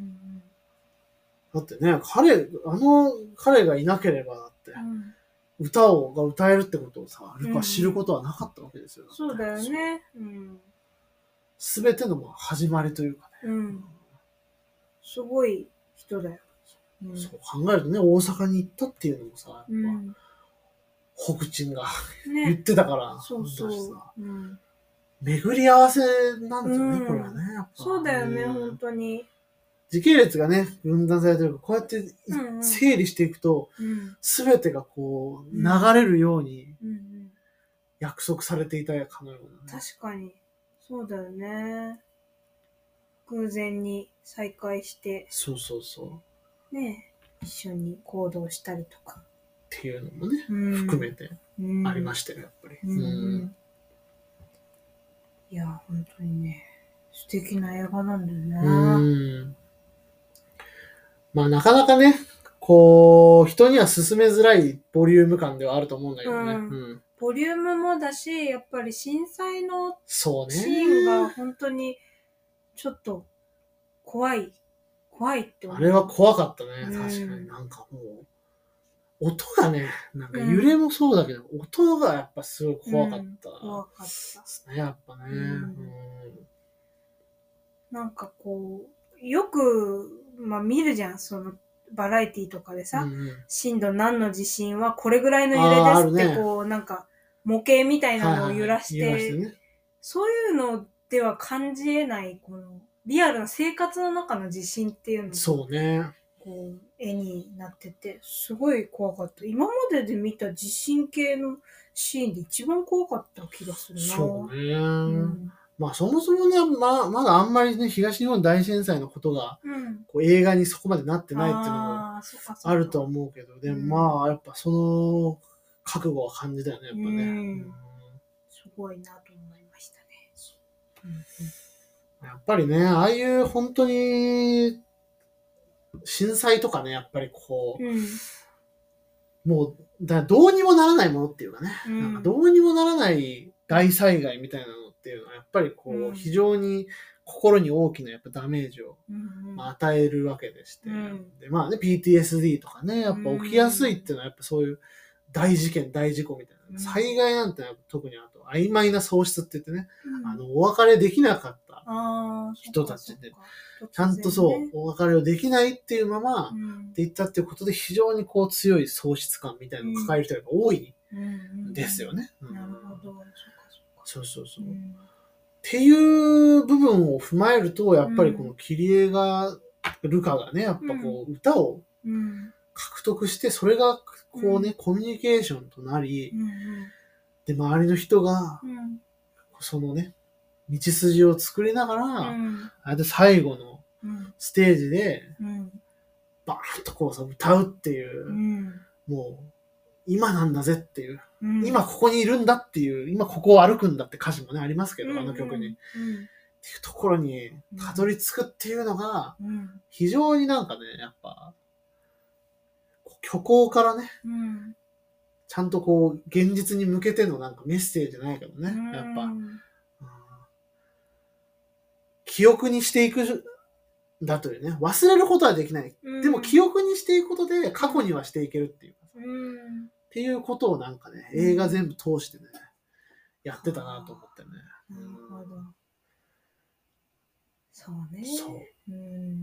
Speaker 1: だってね、彼、あの彼がいなければだって、うん、歌をが歌えるってことをさ、あれか知ることはなかったわけですよ。
Speaker 2: うん、そうだよね。
Speaker 1: すべ、うん、ての始まりというかね。うん、
Speaker 2: すごい人だよ。
Speaker 1: うん、そう考えるとね、大阪に行ったっていうのもさ、やっぱ、うん北鎮が、ね、言ってたから、
Speaker 2: そうそう、うん、
Speaker 1: 巡り合わせなんですよね、うん、これはね。やっぱ
Speaker 2: そうだよね、うん、本当に。
Speaker 1: 時系列がね、分断されてるから、こうやって整理していくと、すべ、うん、てがこう、流れるように約束されていたかのような、
Speaker 2: ね。確かに。そうだよね。偶然に再会して。
Speaker 1: そうそうそう。
Speaker 2: ね、一緒に行動したりとか。
Speaker 1: っていうのもね、うん、含めてありましたよ、やっぱり。うんうん、
Speaker 2: いや、本当にね、素敵な映画なんだよね。
Speaker 1: うん。まあ、なかなかね、こう、人には進めづらいボリューム感ではあると思うんだけどね。うん
Speaker 2: うん、ボリュームもだし、やっぱり震災のシーンが本当にちょっと怖い、怖いって思う。
Speaker 1: あれは怖かったね、確かに。なんかもう、音がね、なんか揺れもそうだけど、うん、音がやっぱすごい怖かった。うん、
Speaker 2: 怖かったです
Speaker 1: ね、やっぱね、うんうん。
Speaker 2: なんかこう、よく、まあ見るじゃん、そのバラエティとかでさ、うんうん、震度何の地震はこれぐらいの揺れですって、ね、こう、なんか模型みたいなのを揺らして、はいはいはいね、そういうのでは感じえない、このリアルな生活の中の地震っていうの
Speaker 1: そうね。
Speaker 2: こう絵になってて、すごい怖かった。今までで見た地震系のシーンで一番怖かった気がするな。
Speaker 1: そうね。うん、まあそもそもね、ままだあんまりね、東日本大震災のことが、うん、こう映画にそこまでなってないっていうのもあると思うけど、でも、うん、まあやっぱその覚悟は感じたよね、やっぱね。うん
Speaker 2: うん、すごいなと思いましたね。
Speaker 1: うんうん、やっぱりね、ああいう本当に、震災とかね、やっぱりこう、うん、もう、だどうにもならないものっていうかね、うん、なんかどうにもならない大災害みたいなのっていうのは、やっぱりこう、うん、非常に心に大きなやっぱダメージを、うんまあ、与えるわけでして、うん、でまあね、ピーティーエスディー とかね、やっぱ起きやすいっていうのはやっぱそういう大事件、大事故みたいな。災害なんて特にあと曖昧な喪失って言ってね、うん、あの、お別れできなかった人たちで、ちゃんとそう、お別れをできないっていうまま、うん、って言ったっていうことで非常にこう強い喪失感みたいなのを抱える人が多いですよね。
Speaker 2: なるほど。
Speaker 1: そうそうそう。うん、っていう部分を踏まえると、やっぱりこのキリエが、ルカがね、やっぱこう歌を獲得して、それがこうね、コミュニケーションとなり、
Speaker 2: うんうん
Speaker 1: で、周りの人が、
Speaker 2: うん
Speaker 1: そのね、道筋を作りながら、
Speaker 2: うん
Speaker 1: あれで最後の
Speaker 2: うん
Speaker 1: ステージで、
Speaker 2: うん
Speaker 1: バーンとこうさ、歌うっていう、
Speaker 2: うん
Speaker 1: もう、今なんだぜっていう、
Speaker 2: うん
Speaker 1: 今ここにいるんだっていう、今ここを歩くんだって歌詞もね、ありますけど、あの曲に。
Speaker 2: うん
Speaker 1: っていうところに、たどり着くっていうのが、
Speaker 2: うん
Speaker 1: 非常になんかね、やっぱ、虚構からね、
Speaker 2: うん
Speaker 1: ちゃんとこう、現実に向けてのなんかメッセージじゃないけどね、
Speaker 2: うん
Speaker 1: やっぱ、うん、記憶にしていくんだというね、忘れることはできない。
Speaker 2: うん
Speaker 1: でも記憶にしていくことで過去にはしていけるっていうかさ、
Speaker 2: うん
Speaker 1: っていうことをなんかね、映画全部通してね、やってたなと思ってね。
Speaker 2: なるほど。そうね。
Speaker 1: そう。
Speaker 2: うん。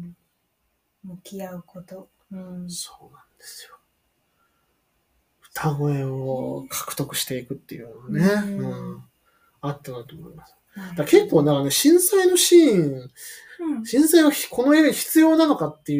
Speaker 2: 向き合うこと。うん。
Speaker 1: そうなんですよ。歌声を獲得していくっていうのはね、
Speaker 2: うん
Speaker 1: うん、あったなと思います。
Speaker 2: だ
Speaker 1: から結構なんかね、震災のシーン、
Speaker 2: うん、
Speaker 1: 震災はこの映画に必要なのかっていう、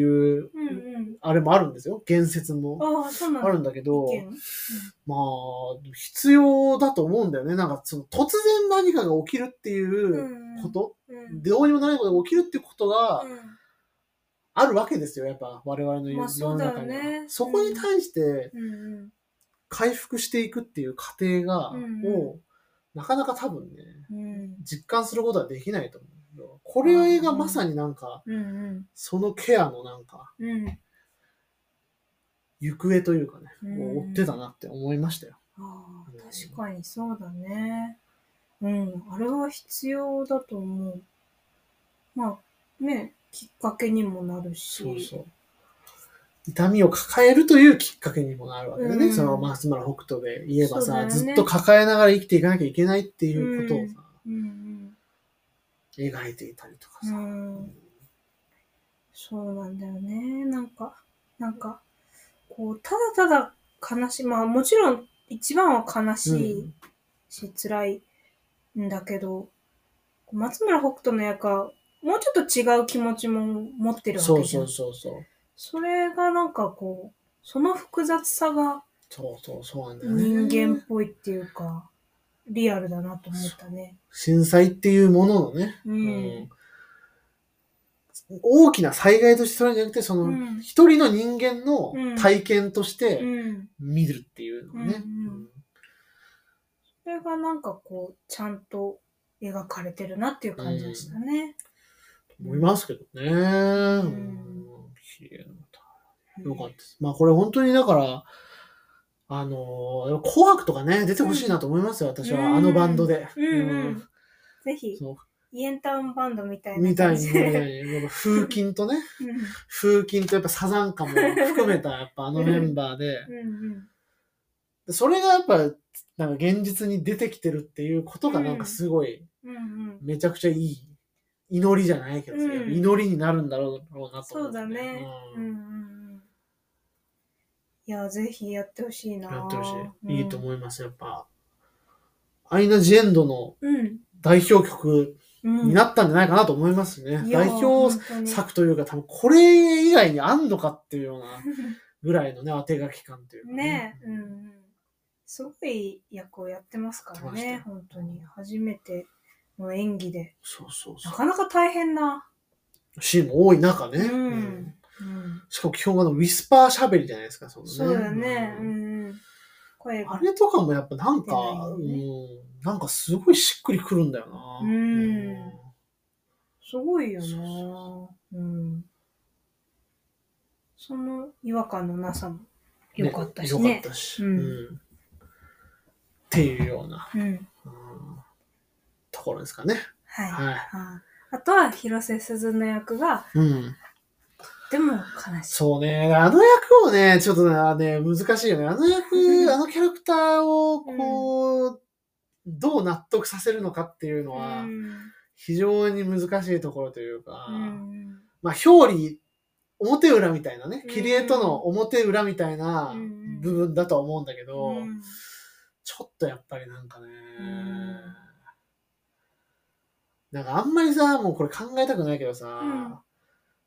Speaker 2: うんうん、
Speaker 1: あれもあるんですよ。言説も
Speaker 2: ああ、そうなんだ。
Speaker 1: あるんだけど、
Speaker 2: 意見うん
Speaker 1: まあ、必要だと思うんだよね。なんかその突然何かが起きるっていうこと、
Speaker 2: うんうん、
Speaker 1: どうにもないことが起きるっていうことが、
Speaker 2: うん
Speaker 1: あるわけですよ、やっぱ我々の世
Speaker 2: まあそうだよ
Speaker 1: の中には。
Speaker 2: ね、
Speaker 1: そこに対して
Speaker 2: うんうん
Speaker 1: 回復していくっていう過程が、
Speaker 2: うんうん
Speaker 1: をなかなか多分ね、
Speaker 2: うん、
Speaker 1: 実感することはできないと思うけど、これがまさになんか、
Speaker 2: うんうん、
Speaker 1: そのケアのなんか、
Speaker 2: うん、
Speaker 1: 行方というかね、
Speaker 2: うん、
Speaker 1: を追ってたなって思いましたよ。
Speaker 2: ああ、確かにそうだね。うん、あれは必要だと思う。まあね、きっかけにもなるし。
Speaker 1: そうそう。痛みを抱えるというきっかけにもなるわけだね。うん、その松村北斗で言えばさ、ね、ずっと抱えながら生きていかなきゃいけないっていうことをさ、
Speaker 2: うんうんうん、
Speaker 1: 描いていたりとかさ、うん。
Speaker 2: そうなんだよね。なんか、なんか、こう、ただただ悲しい。まあもちろん一番は悲しいし、うん、辛いんだけど、松村北斗の役はもうちょっと違う気持ちも持ってるわけじゃん。
Speaker 1: そうそうそうそう。
Speaker 2: それがなんかこう、その複雑さが、
Speaker 1: そうそうそうなんだよね。
Speaker 2: 人間っぽいっていうか、リアルだなと思ったね。
Speaker 1: 震災っていうもののね、
Speaker 2: うんうん
Speaker 1: 大きな災害としてそれじゃなくて、その、一人の人間の体験として見るっていうのね。
Speaker 2: それがなんかこう、ちゃんと描かれてるなっていう感じでしたね。
Speaker 1: うん、思いますけどね。うん。綺麗な歌。よかったです。まあこれ本当にだから、あのー、紅白とかね、出てほしいなと思いますよ、私は。あのバンドで。
Speaker 2: うんうん。ぜひ。そうイエンタウンバンドみたいな
Speaker 1: みたいにね、風琴とね、うん、風琴とやっぱサザンカも含めたやっぱあのメンバーで、うんうん、それがやっぱなんか現実に出てきてるっていうことがなんかすごい、めちゃくちゃいい祈りじゃないけど、うん、祈りになるんだろうなと思って、ね。
Speaker 2: そうだね。うんうんうん、いや、ぜひやってほしいな。
Speaker 1: やってほしい、うん。いいと思います、やっぱ。アイナ・ジ・エンドの代表曲、になったんじゃないかなと思いますね。うん、代表作というか、多分これ以外にあんのかっていうようなぐらいのね、当て書き感というかね。
Speaker 2: ねえ、うん。すごい役をやってますからね、本当に。初めての演技で。
Speaker 1: そうそうそう。
Speaker 2: なかなか大変な。
Speaker 1: シーンも多い中ね。
Speaker 2: うんうん
Speaker 1: うん、しかも基本はウィスパー喋りじゃないですか、そのね。
Speaker 2: そうだね。うんうん
Speaker 1: 声があれとかもやっぱなんか、ね、うん、なんかすごいしっくりくるんだよな。
Speaker 2: うん。うんすごいよな。うん。その違和感のなさも良かったしね。
Speaker 1: 良、ね、かったし、うんうん。っていうような、うんうん、ところですかね。
Speaker 2: はい。はい、あ, あとは広瀬すずの役が、うんでも悲しい。
Speaker 1: そうね。あの役をね、ちょっとね、難しいよね。あの役、あのキャラクターを、こう、うん、どう納得させるのかっていうのは、非常に難しいところというか、うん、まあ、表裏、表裏みたいなね、切り絵との表裏みたいな部分だとは思うんだけど、うん、ちょっとやっぱりなんかね、うん、なんかあんまりさ、もうこれ考えたくないけどさ、うん家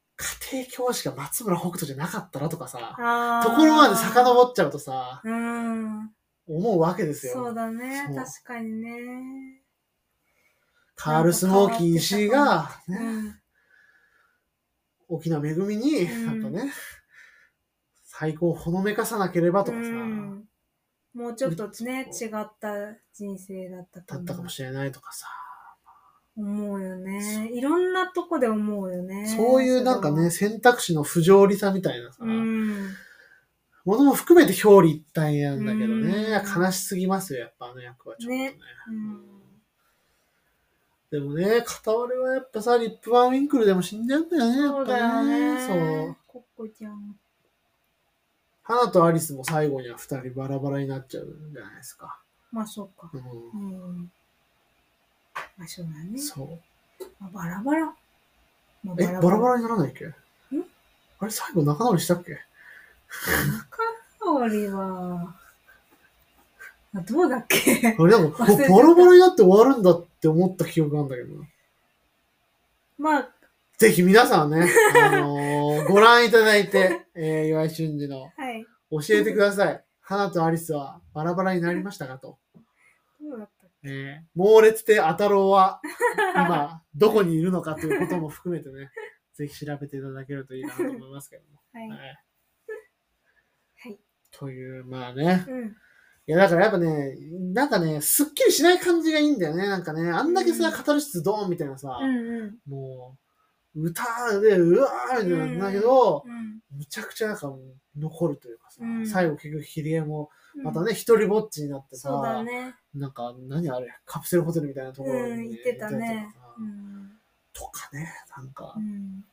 Speaker 1: 家庭教師が松村北斗じゃなかったらとかさ、
Speaker 2: あー
Speaker 1: ところまで遡っちゃうとさ、
Speaker 2: うん。
Speaker 1: 思うわけですよ。
Speaker 2: そうだね。
Speaker 1: そう
Speaker 2: 確かにね。
Speaker 1: カールスモーキー石井が、ね、
Speaker 2: うん。
Speaker 1: 沖縄めぐみに、
Speaker 2: うん
Speaker 1: やっぱね、最高をほのめかさなければとかさ、
Speaker 2: うんもうちょっとね、
Speaker 1: う
Speaker 2: 違った人生だったと
Speaker 1: だったかもしれないとかさ、
Speaker 2: 思うよね。いろんなとこで思うよね。
Speaker 1: そういうなんかね、選択肢の不条理さみたいなさ、
Speaker 2: それはうん。
Speaker 1: ものも含めて表裏一体なんだけどね、
Speaker 2: うん
Speaker 1: 悲しすぎますよ、やっぱあの役はちょっとね。
Speaker 2: ねうん。
Speaker 1: でもね、片割れはやっぱさ、リップワンウィンクルでも死んじゃうんだよね、や
Speaker 2: そうだ
Speaker 1: っぱ
Speaker 2: よ
Speaker 1: ね。
Speaker 2: ね。
Speaker 1: そう。
Speaker 2: コッコちゃん。
Speaker 1: 花とアリスも最後には二人バラバラになっちゃうんじゃないですか。
Speaker 2: まあそうか。
Speaker 1: う
Speaker 2: うん。まあそうだ
Speaker 1: ん。
Speaker 2: ね。
Speaker 1: そう。
Speaker 2: まあ、バラバラ。まあ、
Speaker 1: え、バラバラにならないっけ？あれ、最後仲直りしたっけ？
Speaker 2: 仲直りは、あどうだっけ
Speaker 1: あれ、なんか、
Speaker 2: 忘れてた
Speaker 1: バラバラになって終わるんだって思った記憶なんだけどな。
Speaker 2: まあ、
Speaker 1: ぜひ皆さんね、あのー、ご覧いただいて、えー、岩井俊二の
Speaker 2: はい。
Speaker 1: 教えてください。花とアリスはバラバラになりましたかと。
Speaker 2: どうだったっ
Speaker 1: えー、猛烈であたろうは今どこにいるのかということも含めてね、ぜひ調べていただけるといいなと思いますけども。
Speaker 2: けはい。
Speaker 1: は
Speaker 2: はい。
Speaker 1: い、という、まあね。
Speaker 2: うん。
Speaker 1: いや、だからやっぱね、なんかね、すっきりしない感じがいいんだよね。なんかね、あんだけさ、
Speaker 2: うん
Speaker 1: カタルシスドーンみたいなさ、
Speaker 2: うんうん。
Speaker 1: もう、歌で、うわーみたいなんだけど、
Speaker 2: うん
Speaker 1: むちゃくちゃなんか残るというかさ、
Speaker 2: うん
Speaker 1: 最後結局ヒリエも、
Speaker 2: うん。
Speaker 1: またね、一人ぼっちになってさ、
Speaker 2: そうだね。
Speaker 1: なんか、何あれ、カプセルホテルみたいなところに、
Speaker 2: うん、言ってたね
Speaker 1: 行ったりとかさ。
Speaker 2: うん。
Speaker 1: とかね、なんか、
Speaker 2: うん。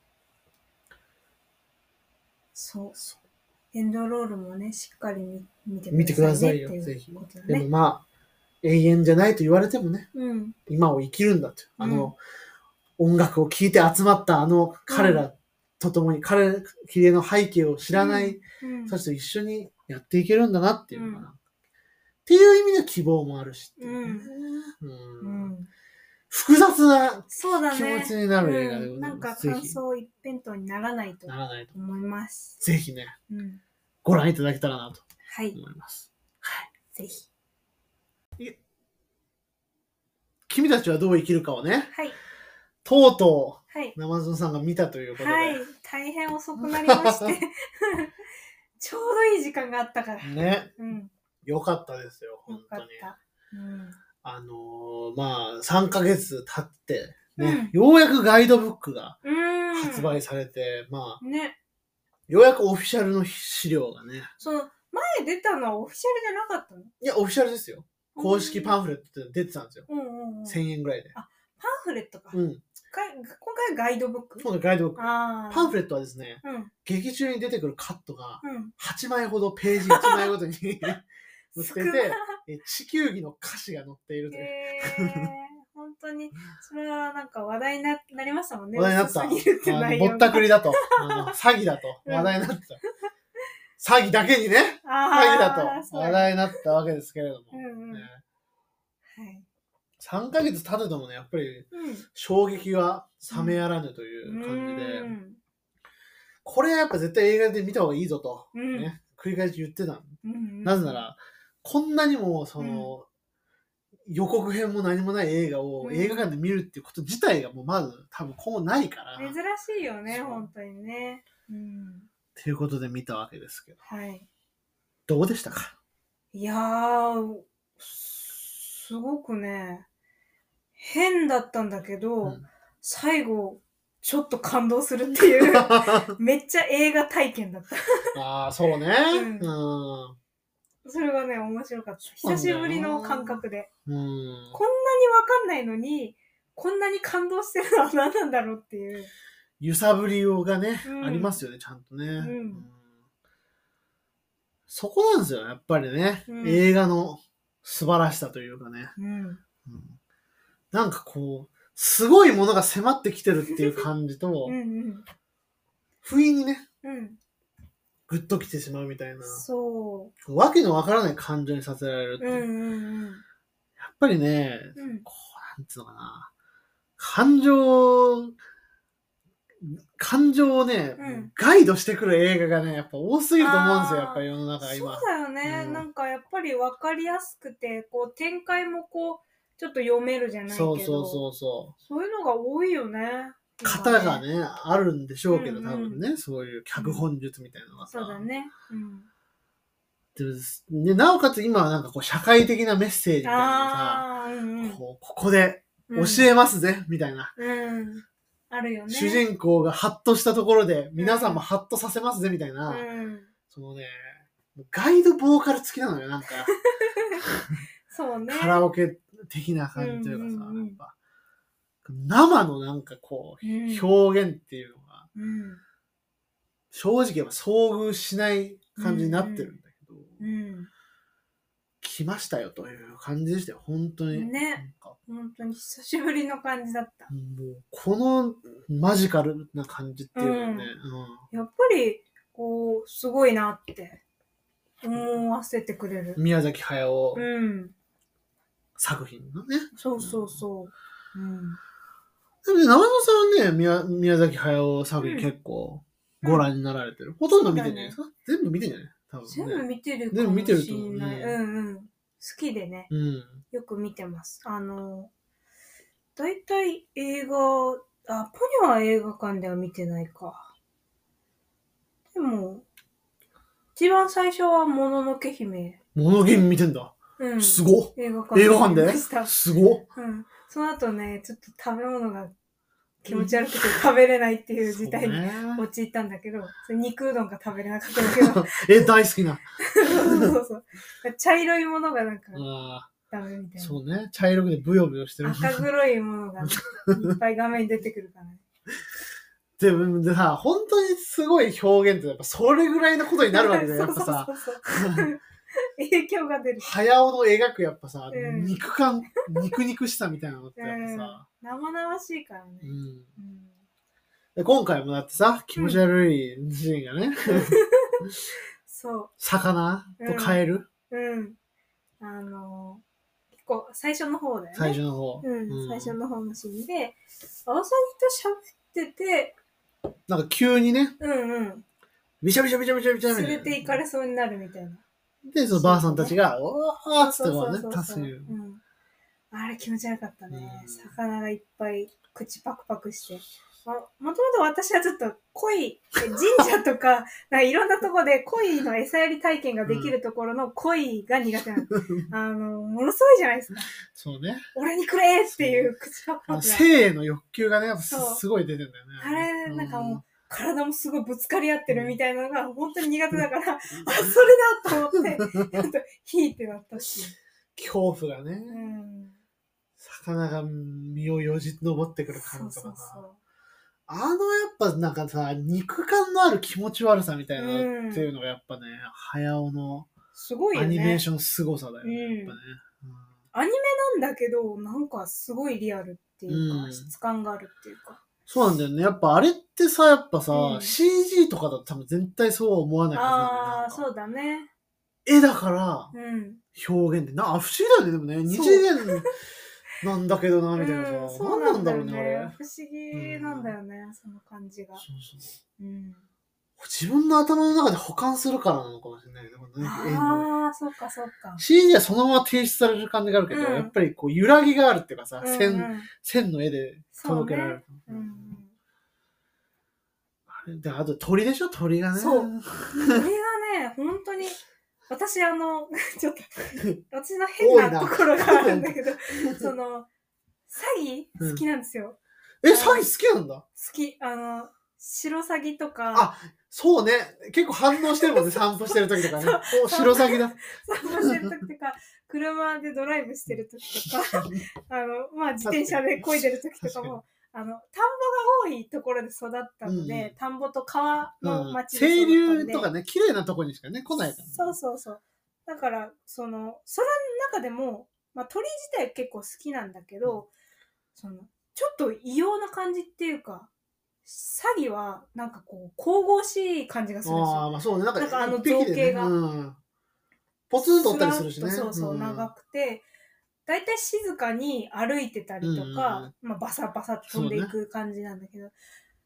Speaker 2: そう。
Speaker 1: そ
Speaker 2: エンドロールもね、しっかり見見て
Speaker 1: う見てくださいよ、
Speaker 2: ねっていう
Speaker 1: ぜひ。
Speaker 2: ことだ
Speaker 1: でも
Speaker 2: ね。
Speaker 1: まあ、永遠じゃないと言われてもね、
Speaker 2: うん。
Speaker 1: 今を生きるんだって。あの、
Speaker 2: うん
Speaker 1: 音楽を聴いて集まったあの彼らと共に、彼、キリエの背景を知らない
Speaker 2: うん。
Speaker 1: 人たちと一緒にやっていけるんだなっていうのかな。
Speaker 2: うん
Speaker 1: っていう意味で希望もあるしっていうね、
Speaker 2: う
Speaker 1: うん
Speaker 2: ん。
Speaker 1: 複雑な
Speaker 2: そうだね。
Speaker 1: 気持ちになる映画でご
Speaker 2: うんなんか
Speaker 1: ざいます。ぜ
Speaker 2: 感
Speaker 1: ひ、
Speaker 2: 想一辺倒にならないと
Speaker 1: ならないと。
Speaker 2: 思います。
Speaker 1: ぜひね、
Speaker 2: うん。
Speaker 1: ご覧いただけたらなと
Speaker 2: はい。
Speaker 1: 思います。
Speaker 2: ぜひ。
Speaker 1: 君たちはどう生きるかをね、
Speaker 2: はい。
Speaker 1: とうと
Speaker 2: はい。
Speaker 1: う、生園さんが見たということで。
Speaker 2: はい。大変遅くなりまして。ちょうどいい時間があったから。
Speaker 1: ね、
Speaker 2: うん。
Speaker 1: よかったですよ、
Speaker 2: よ
Speaker 1: 本当に。
Speaker 2: かった。うん。
Speaker 1: あのー、まあ、さんかげつ経って、ね、
Speaker 2: う
Speaker 1: ようやくガイドブックが
Speaker 2: うん。
Speaker 1: 発売されて、まあ、
Speaker 2: ね。
Speaker 1: ようやくオフィシャルの資料がね、
Speaker 2: その、前出たのはオフィシャルじゃなかったの
Speaker 1: いや、オフィシャルですよ。公式パンフレットって出てたんですよ。
Speaker 2: うんうんうん。
Speaker 1: せんえんぐらいで。
Speaker 2: パンフレットか。
Speaker 1: うん。
Speaker 2: か今回ガイドブック
Speaker 1: 今度ガイドブック。
Speaker 2: ああ。
Speaker 1: パンフレットはですね、
Speaker 2: うん。
Speaker 1: 劇中に出てくるカットが
Speaker 2: うん。
Speaker 1: はちまいほどページいちまいごとに載って
Speaker 2: 少な
Speaker 1: て、え地球儀の歌詞が載っているという。
Speaker 2: へー本当に、それはなんか話題にななりましたもんね。
Speaker 1: 話題になった。
Speaker 2: 薄すぎるって
Speaker 1: あの
Speaker 2: 内容が
Speaker 1: ぼったくりだと。あの詐欺だと。
Speaker 2: うん
Speaker 1: 話題になってた。詐欺だけにね、
Speaker 2: あ
Speaker 1: 詐欺だと
Speaker 2: そう
Speaker 1: 話題になったわけですけれども。
Speaker 2: うんうん。
Speaker 1: ね
Speaker 2: はい。
Speaker 1: さんかげつ経ててもね、やっぱり
Speaker 2: うん。
Speaker 1: 衝撃は冷めやらぬという感じで、
Speaker 2: うん
Speaker 1: これはやっぱ絶対映画で見た方がいいぞと、
Speaker 2: うん
Speaker 1: ね、繰り返し言ってたの。
Speaker 2: うん。
Speaker 1: なぜなら、こんなにもその、予告編も何もない映画を
Speaker 2: うん
Speaker 1: 映画館で見るっていうこと自体がもうまず多分今後ないから、
Speaker 2: 珍しいよね、
Speaker 1: そう
Speaker 2: 本当にね。うん。
Speaker 1: っていうことで見たわけですけど、
Speaker 2: はい。
Speaker 1: どうでしたか？
Speaker 2: いやー、すごくね、変だったんだけど、
Speaker 1: うん
Speaker 2: 最後、ちょっと感動するっていう、めっちゃ映画体験だった。
Speaker 1: ああ、そうね。
Speaker 2: うん
Speaker 1: うん。
Speaker 2: それがね、面白かった。久しぶりの感覚で。
Speaker 1: うん。
Speaker 2: こんなにわかんないのに、こんなに感動してるのは何なんだろうっていう。
Speaker 1: 揺さぶりようがね、
Speaker 2: うん
Speaker 1: ありますよね、ちゃんとね。
Speaker 2: ん
Speaker 1: うんそこなんですよ、やっぱりね。
Speaker 2: うん
Speaker 1: 映画の素晴らしさというかね。
Speaker 2: うん。
Speaker 1: うんなんかこう、すごいものが迫ってきてるっていう感じと
Speaker 2: う、んうん。
Speaker 1: 不意にね、
Speaker 2: うん。
Speaker 1: グッときてしまうみたいな、
Speaker 2: そ
Speaker 1: わけのわからない感情にさせられるって
Speaker 2: う。う
Speaker 1: いう。
Speaker 2: んうん
Speaker 1: やっぱりね、
Speaker 2: うん。うん。
Speaker 1: こう、なんつうのかな。感情感情をね、
Speaker 2: うん、
Speaker 1: ガイドしてくる映画がね、やっぱ多すぎると思うんですよ、やっぱり世の中今。
Speaker 2: そうだよね、
Speaker 1: うん、
Speaker 2: なんかやっぱり分かりやすくて、こう展開もこう、ちょっと読めるじゃないけど、
Speaker 1: そうそうそうそう。
Speaker 2: そういうのが多いよね。
Speaker 1: 型がね、あるんでしょうけど、
Speaker 2: うんうん、
Speaker 1: 多分ね、そういう脚本術みたいなのがさ。
Speaker 2: そうだね。うん。
Speaker 1: で、なおかつ今はなんかこう社会的なメッセージみたいなのさ、
Speaker 2: あー、うんうん、
Speaker 1: こうここで教えますぜ、うん、みたいな。
Speaker 2: うん。あるよね。
Speaker 1: 主人公がハッとしたところで、皆さんもハッとさせますぜ、みたいな。
Speaker 2: うん、
Speaker 1: そのね、ガイドボーカル付きなのよ、なんか。
Speaker 2: そうね。
Speaker 1: カラオケ的な感じというかさ、
Speaker 2: うんうんうん、
Speaker 1: やっぱ生のなんかこう、うん、表現っていうのが、うん、正直は遭遇しない感じになってるんだけど、うんうん、来ましたよという感じでしたよ、本当に。
Speaker 2: ね。なんか本当に久しぶりの感じだった。
Speaker 1: もうこのマジカルな感じっていうのはね、うんうん、
Speaker 2: やっぱりこうすごいなって思わせてくれる。
Speaker 1: 宮崎駿、うん、作品のね。
Speaker 2: そうそうそう。うん。
Speaker 1: でもね、長野さんはね、宮宮崎駿作品結構ご覧になられてる。うん、ほとんど見てんじゃないですか、ね、全部見てんじゃない多分、ね、
Speaker 2: 全部見てるかもしれない。うん、うんうん。好きでね、うん、よく見てます。あの、だいたい映画、あ、ポニョは映画館では見てないか。でも、一番最初はもののけ姫。
Speaker 1: もののけ姫見てんだ。うん。すごっ。映画館で。映画館ですごっ。
Speaker 2: うん。その後ね、ちょっと食べ物が気持ち悪くて食べれないっていう事態に陥ったんだけど、それ肉うどんが食べれなかったんだけど。
Speaker 1: え、大好きな。
Speaker 2: そうそうそう。茶色いものがなんかダメみたいな。
Speaker 1: そうね。茶色くてブヨブヨしてる。
Speaker 2: 赤黒いものがいっぱい画面に出てくるからね。
Speaker 1: でもさ、本当にすごい表現ってやっぱそれぐらいのことになるわけだよ、やっぱさ。
Speaker 2: そうそうそう影響が出る。
Speaker 1: 早尾の描くやっぱさ、うん、肉感、肉肉しさみたいなのってやっぱさ。
Speaker 2: うん、生々しいからね。うん
Speaker 1: うんで今回もだってさ、気持ち悪いシーンがね。
Speaker 2: うん、そう。
Speaker 1: 魚とカエル、
Speaker 2: うん、うん。あのー、結構最初の方だよね。
Speaker 1: 最初の方。
Speaker 2: うん、うん、最初の方のシーンで、アワサギと喋ってて、
Speaker 1: なんか急にね、
Speaker 2: うんうん。
Speaker 1: びしゃびしゃびしゃびしゃびしゃみたいな。
Speaker 2: 連れて行かれそうになるみたいな。
Speaker 1: で、そのばあさんたちが、おーっつってこうね、助ける。
Speaker 2: あれ気持ち悪かったね。魚がいっぱい口パクパクして。もともと私はちょっと鯉、神社とか、なんかいろんなところで鯉の餌やり体験ができるところの鯉が苦手なの。あの、ものすごいじゃないですか。
Speaker 1: そうね。
Speaker 2: 俺にくれーっていう口パクパクが。
Speaker 1: 生への欲求がね、やっぱすごい出てるんだよね。
Speaker 2: あれ、なんかもう、体もすごいぶつかり合ってるみたいなのが本当に苦手だから、あ、それだと思って、ちょっとヒーってなったし。
Speaker 1: 恐怖がね、うん、魚が身をよじ登ってくる感じとかさ。そうそうそう、あのやっぱなんかさ、肉感のある気持ち悪さみたいなのっていうのがやっぱね、早尾のアニメーション凄さだよね、やっぱね、うん。
Speaker 2: アニメなんだけど、なんかすごいリアルっていうか、うん、質感があるっていうか。
Speaker 1: そうなんだよね。やっぱあれってさ、やっぱさ、うん、シージー とかだと多分絶対そうは思わないはずなんだよね。
Speaker 2: ああ、そうだね。
Speaker 1: 絵だから、表現って、な、不思議だよね、でもね。二次元なんだけどな、みたいなさ。うん、何なんだろうね、あれ。
Speaker 2: 不思議なんだよね、うん、その感じが。そうそう。
Speaker 1: うん、自分の頭の中で保管するからなのかもしれないけどね。
Speaker 2: ああ、そっかそっか。
Speaker 1: シージー はそのまま提出される感じがあるけど、うん、やっぱりこう揺らぎがあるっていうかさ、うんうん、線、線の絵で届けられる。ね、うん、あれで、あと鳥でしょ、鳥がね。
Speaker 2: そう。鳥がね、本当に、私あの、ちょっと、私の変なところがあるんだけど、その、詐欺好きなんですよ。
Speaker 1: うん、え、詐欺好きなんだ？
Speaker 2: 好き。あの、シロサギとか。
Speaker 1: あ、そうね。結構反応してるもんね、散歩してる時とかね。お、シロサギだ。
Speaker 2: 散歩してる時とか、車でドライブしてる時とか、あの、まあ、自転車で漕いでる時とかも、あの、田んぼが多いところで育ったので、うん、田んぼと川の町で育ったので、うん、
Speaker 1: 清流とかね、綺麗なとこにしかね、来ないから、ね。
Speaker 2: そうそうそう。だから、その、それの中でも、まあ、鳥自体結構好きなんだけど、うん、その、ちょっと異様な感じっていうか、詐欺は、なんかこう、神々しい感じがするんですよ。
Speaker 1: ああ、まあそうね。なんか、
Speaker 2: なんかあの造形が、ね、うん、
Speaker 1: ポツンと折ったりするしね。
Speaker 2: そうそう、長くて、だいたい静かに歩いてたりとか、うん、まあ、バサバサ飛んでいく感じなんだけど、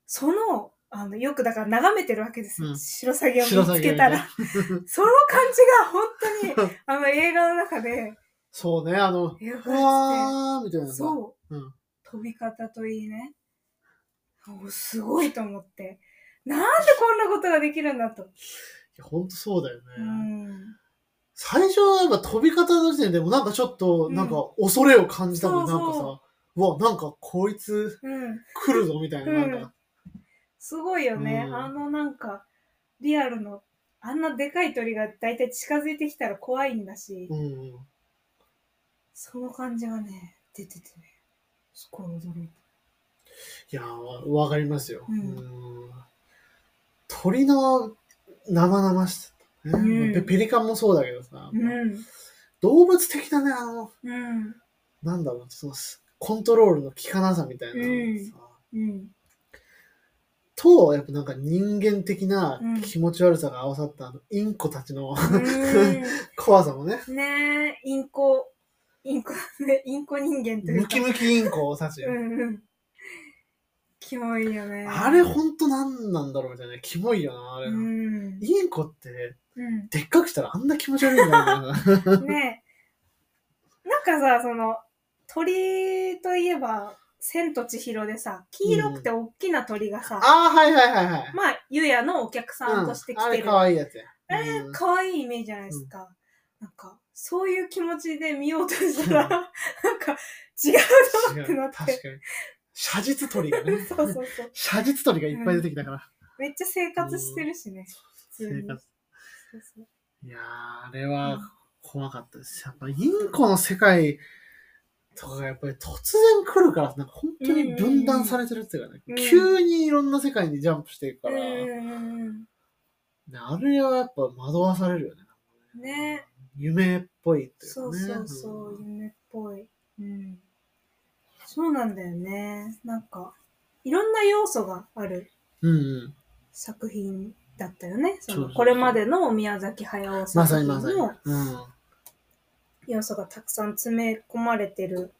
Speaker 2: その、あの、よくだから眺めてるわけですよ。
Speaker 1: うん
Speaker 2: シロサギを見つけたら。その感じが本当に、あの映画の中で、
Speaker 1: そうね、あの、
Speaker 2: 描かれてて
Speaker 1: ふわーみたいなさ。
Speaker 2: そう、
Speaker 1: うん。
Speaker 2: 飛び方といいね。おすごいと思って。なんでこんなことができるんだと。
Speaker 1: いや、ほんとそうだよね。
Speaker 2: うん。
Speaker 1: 最初はやっぱ飛び方の時点でもなんかちょっと、
Speaker 2: うん
Speaker 1: なんか恐れを感じたもん、
Speaker 2: そうそう
Speaker 1: なんかさ、うわ、なんかこいつ
Speaker 2: うん。
Speaker 1: 来るぞみたいな、
Speaker 2: うん
Speaker 1: なんか。
Speaker 2: すごいよね。
Speaker 1: うん
Speaker 2: あのなんか、リアルの、あんなでかい鳥がだいたい近づいてきたら怖いんだし、
Speaker 1: うんうん。
Speaker 2: その感じがね、出ててね、すごい驚いた。
Speaker 1: いやー、わわかりますよ。
Speaker 2: うん
Speaker 1: うん鳥の生々しさ、ね
Speaker 2: うん
Speaker 1: ペ。ペリカンもそうだけどさ、
Speaker 2: うん。
Speaker 1: 動物的なね、あの、
Speaker 2: うん。
Speaker 1: なんだろう、そのコントロールの効かなさみたいなのさ、
Speaker 2: うん。
Speaker 1: と、やっぱなんか人間的な
Speaker 2: うん
Speaker 1: 気持ち悪さが合わさったあのインコたちの、
Speaker 2: う
Speaker 1: 怖さもね、
Speaker 2: ん。ねえ、インコ、インコ、ね、インコ人間というか。
Speaker 1: ムキムキインコたち。
Speaker 2: うんうん。キモいよね。
Speaker 1: あれほんとなんなんだろうみたいな。キモいよな、あれ。
Speaker 2: うん。
Speaker 1: インコって、
Speaker 2: うん。
Speaker 1: でっかくしたらあんな気持ち悪いんだよな。
Speaker 2: ねえ。なんかさ、その、鳥といえば、千と千尋でさ、黄色くて大きな鳥がさ、
Speaker 1: ああ、はいはいはいはい。
Speaker 2: まあ、ゆやのお客さんとして来
Speaker 1: うん、あれ
Speaker 2: てる。
Speaker 1: 可愛いやつや。
Speaker 2: あれ
Speaker 1: うん
Speaker 2: 可愛いイメージじゃないですか。なんか、そういう気持ちで見ようとしたら、
Speaker 1: うん
Speaker 2: なんか、違うなってなっ
Speaker 1: 違う確か
Speaker 2: て。
Speaker 1: に。写実鳥がね。
Speaker 2: そうそうそう。
Speaker 1: 写実鳥がいっぱい出てきたから。
Speaker 2: めっちゃ生活してるしね。普通に。
Speaker 1: 生活。
Speaker 2: そうそう
Speaker 1: いやー、あれは怖かったです。やっぱインコの世界とかがやっぱり突然来るから、なんか本当に分断されてるっていうかね、
Speaker 2: うん
Speaker 1: 急にいろんな世界にジャンプしていくから、
Speaker 2: うんうん
Speaker 1: ねあれはやっぱ惑わされるよね。
Speaker 2: うん。ね。
Speaker 1: 夢っぽいっていう
Speaker 2: そう
Speaker 1: かね。
Speaker 2: そうそう、
Speaker 1: ん
Speaker 2: 夢っぽい。うん。そうなんだよね。なんか、いろんな要素がある
Speaker 1: うんうん。
Speaker 2: 作品だったよね。その
Speaker 1: そうそうそう
Speaker 2: これまでの宮崎駿
Speaker 1: ま
Speaker 2: 作品
Speaker 1: さにまさに。
Speaker 2: の
Speaker 1: うん。
Speaker 2: 要素がたくさん詰め込まれてる。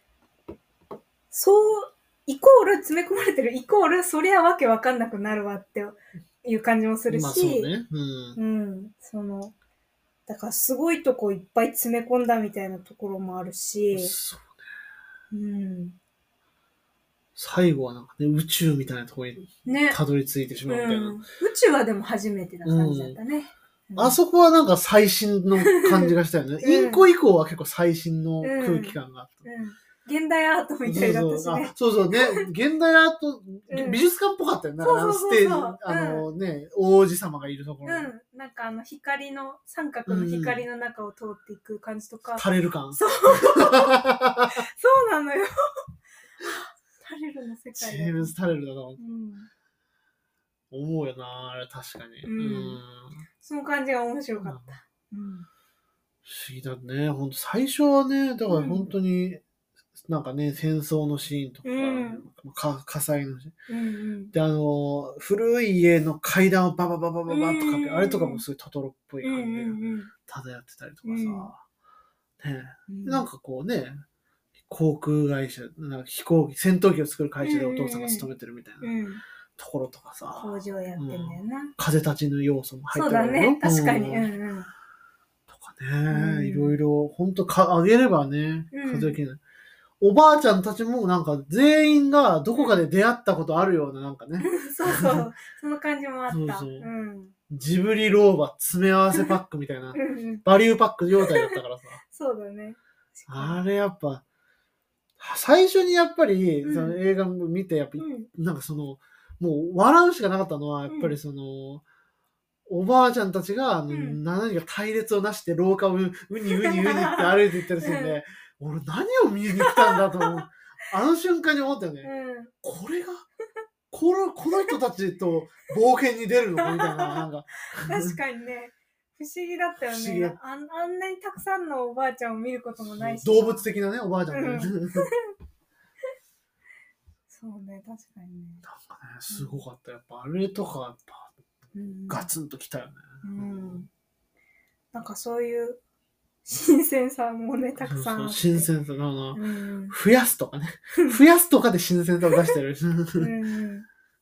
Speaker 2: そう、イコール詰め込まれてるイコール、そりゃわけわかんなくなるわっていう感じもするし、
Speaker 1: まあそうね。うん。
Speaker 2: うん、その、だからすごいとこいっぱい詰め込んだみたいなところもあるし、
Speaker 1: そう
Speaker 2: うん。
Speaker 1: 最後はなんかね、宇宙みたいなところに
Speaker 2: ね。
Speaker 1: たどり着いてしまうみたいな。
Speaker 2: うん、宇宙はでも初めてな感じだったね。うん
Speaker 1: あそこはなんか最新の感じがしたよね。
Speaker 2: うん
Speaker 1: インコ以降は結構最新の空気感があった。
Speaker 2: うん。現代アートみたいだったし
Speaker 1: そうそう
Speaker 2: ね。
Speaker 1: あそうそうね。現代アート、
Speaker 2: うん
Speaker 1: 美術館っぽかったよね。
Speaker 2: そう
Speaker 1: なんかあの
Speaker 2: そうそうそう
Speaker 1: ステージ、あのね、王子様がいるところ。
Speaker 2: うん。なんかあの光の、三角の光の中を通っていく感じとか。
Speaker 1: 垂れる感。
Speaker 2: そう。そうなのよ。タレルの世
Speaker 1: ジ
Speaker 2: 界だ
Speaker 1: ェームズ・タレルだな。
Speaker 2: うん。
Speaker 1: 思うよな、あれ確かに。
Speaker 2: う
Speaker 1: うんん。
Speaker 2: その感じが面白かった。うん。
Speaker 1: 不思議だね。ほんと最初はね、だから本当に、なんかね、戦争のシーンとか、
Speaker 2: うん
Speaker 1: か火災のシーン。
Speaker 2: うんうん。
Speaker 1: で、あの、古い家の階段をババババババッとかけ、
Speaker 2: うん
Speaker 1: あれとかもすごいトトロっぽい
Speaker 2: うんう
Speaker 1: 感じで
Speaker 2: ん
Speaker 1: 漂ってたりとか
Speaker 2: うん
Speaker 1: さ、ね
Speaker 2: うん。
Speaker 1: でなんかこうね、航空会社、なんか飛行機、戦闘機を作る会社でお父さんが勤めてるみたいな
Speaker 2: うん。
Speaker 1: ところとかさ、
Speaker 2: 工場やってんだよな。
Speaker 1: 風立ちぬ要素も入
Speaker 2: そうだ
Speaker 1: ってるよ
Speaker 2: ね。確かに。
Speaker 1: う
Speaker 2: うんんうん。
Speaker 1: とかね、
Speaker 2: うん
Speaker 1: いろいろ、ほんとか、あげればね、
Speaker 2: うん
Speaker 1: 数えきれない。おばあちゃんたちもなんか全員がどこかで出会ったことあるようななんかね、
Speaker 2: そうそう。その感じもあった。
Speaker 1: そうそう
Speaker 2: うん。
Speaker 1: ジブリ老婆詰め合わせパックみたいな
Speaker 2: う、んうん。
Speaker 1: バリューパック状態だったからさ、
Speaker 2: そうだね。
Speaker 1: あれやっぱ、最初にやっぱり、
Speaker 2: うん
Speaker 1: その映画見て、やっぱ、
Speaker 2: うん。
Speaker 1: なんかその、もう笑うしかなかったのは、やっぱりその、おばあちゃんたちが、あの
Speaker 2: ん
Speaker 1: 何か隊列をなして廊下をううにうにうにって歩いていったりするんで、俺何を見に来たんだと思う。あの瞬間に思ったよね。
Speaker 2: うん。
Speaker 1: これが、この、この人たちと冒険に出るのかみたいな、なんか。
Speaker 2: 確かにね。不思議だったよ
Speaker 1: 不思議だ
Speaker 2: ね。あんあんなにたくさんのおばあちゃんを見ることもないし。
Speaker 1: 動物的なね、おばあちゃんね。
Speaker 2: うん
Speaker 1: なんかね、
Speaker 2: そうね、確かにね。
Speaker 1: すごかった。やっぱあれとか、やっぱ
Speaker 2: うん。
Speaker 1: ガツンときたよね。
Speaker 2: うん。なんかそういう新鮮さもね、たくさんあって。
Speaker 1: 新鮮さだな。
Speaker 2: うん。
Speaker 1: 増やすとかね。増やすとかで新鮮さを出してる。
Speaker 2: うん。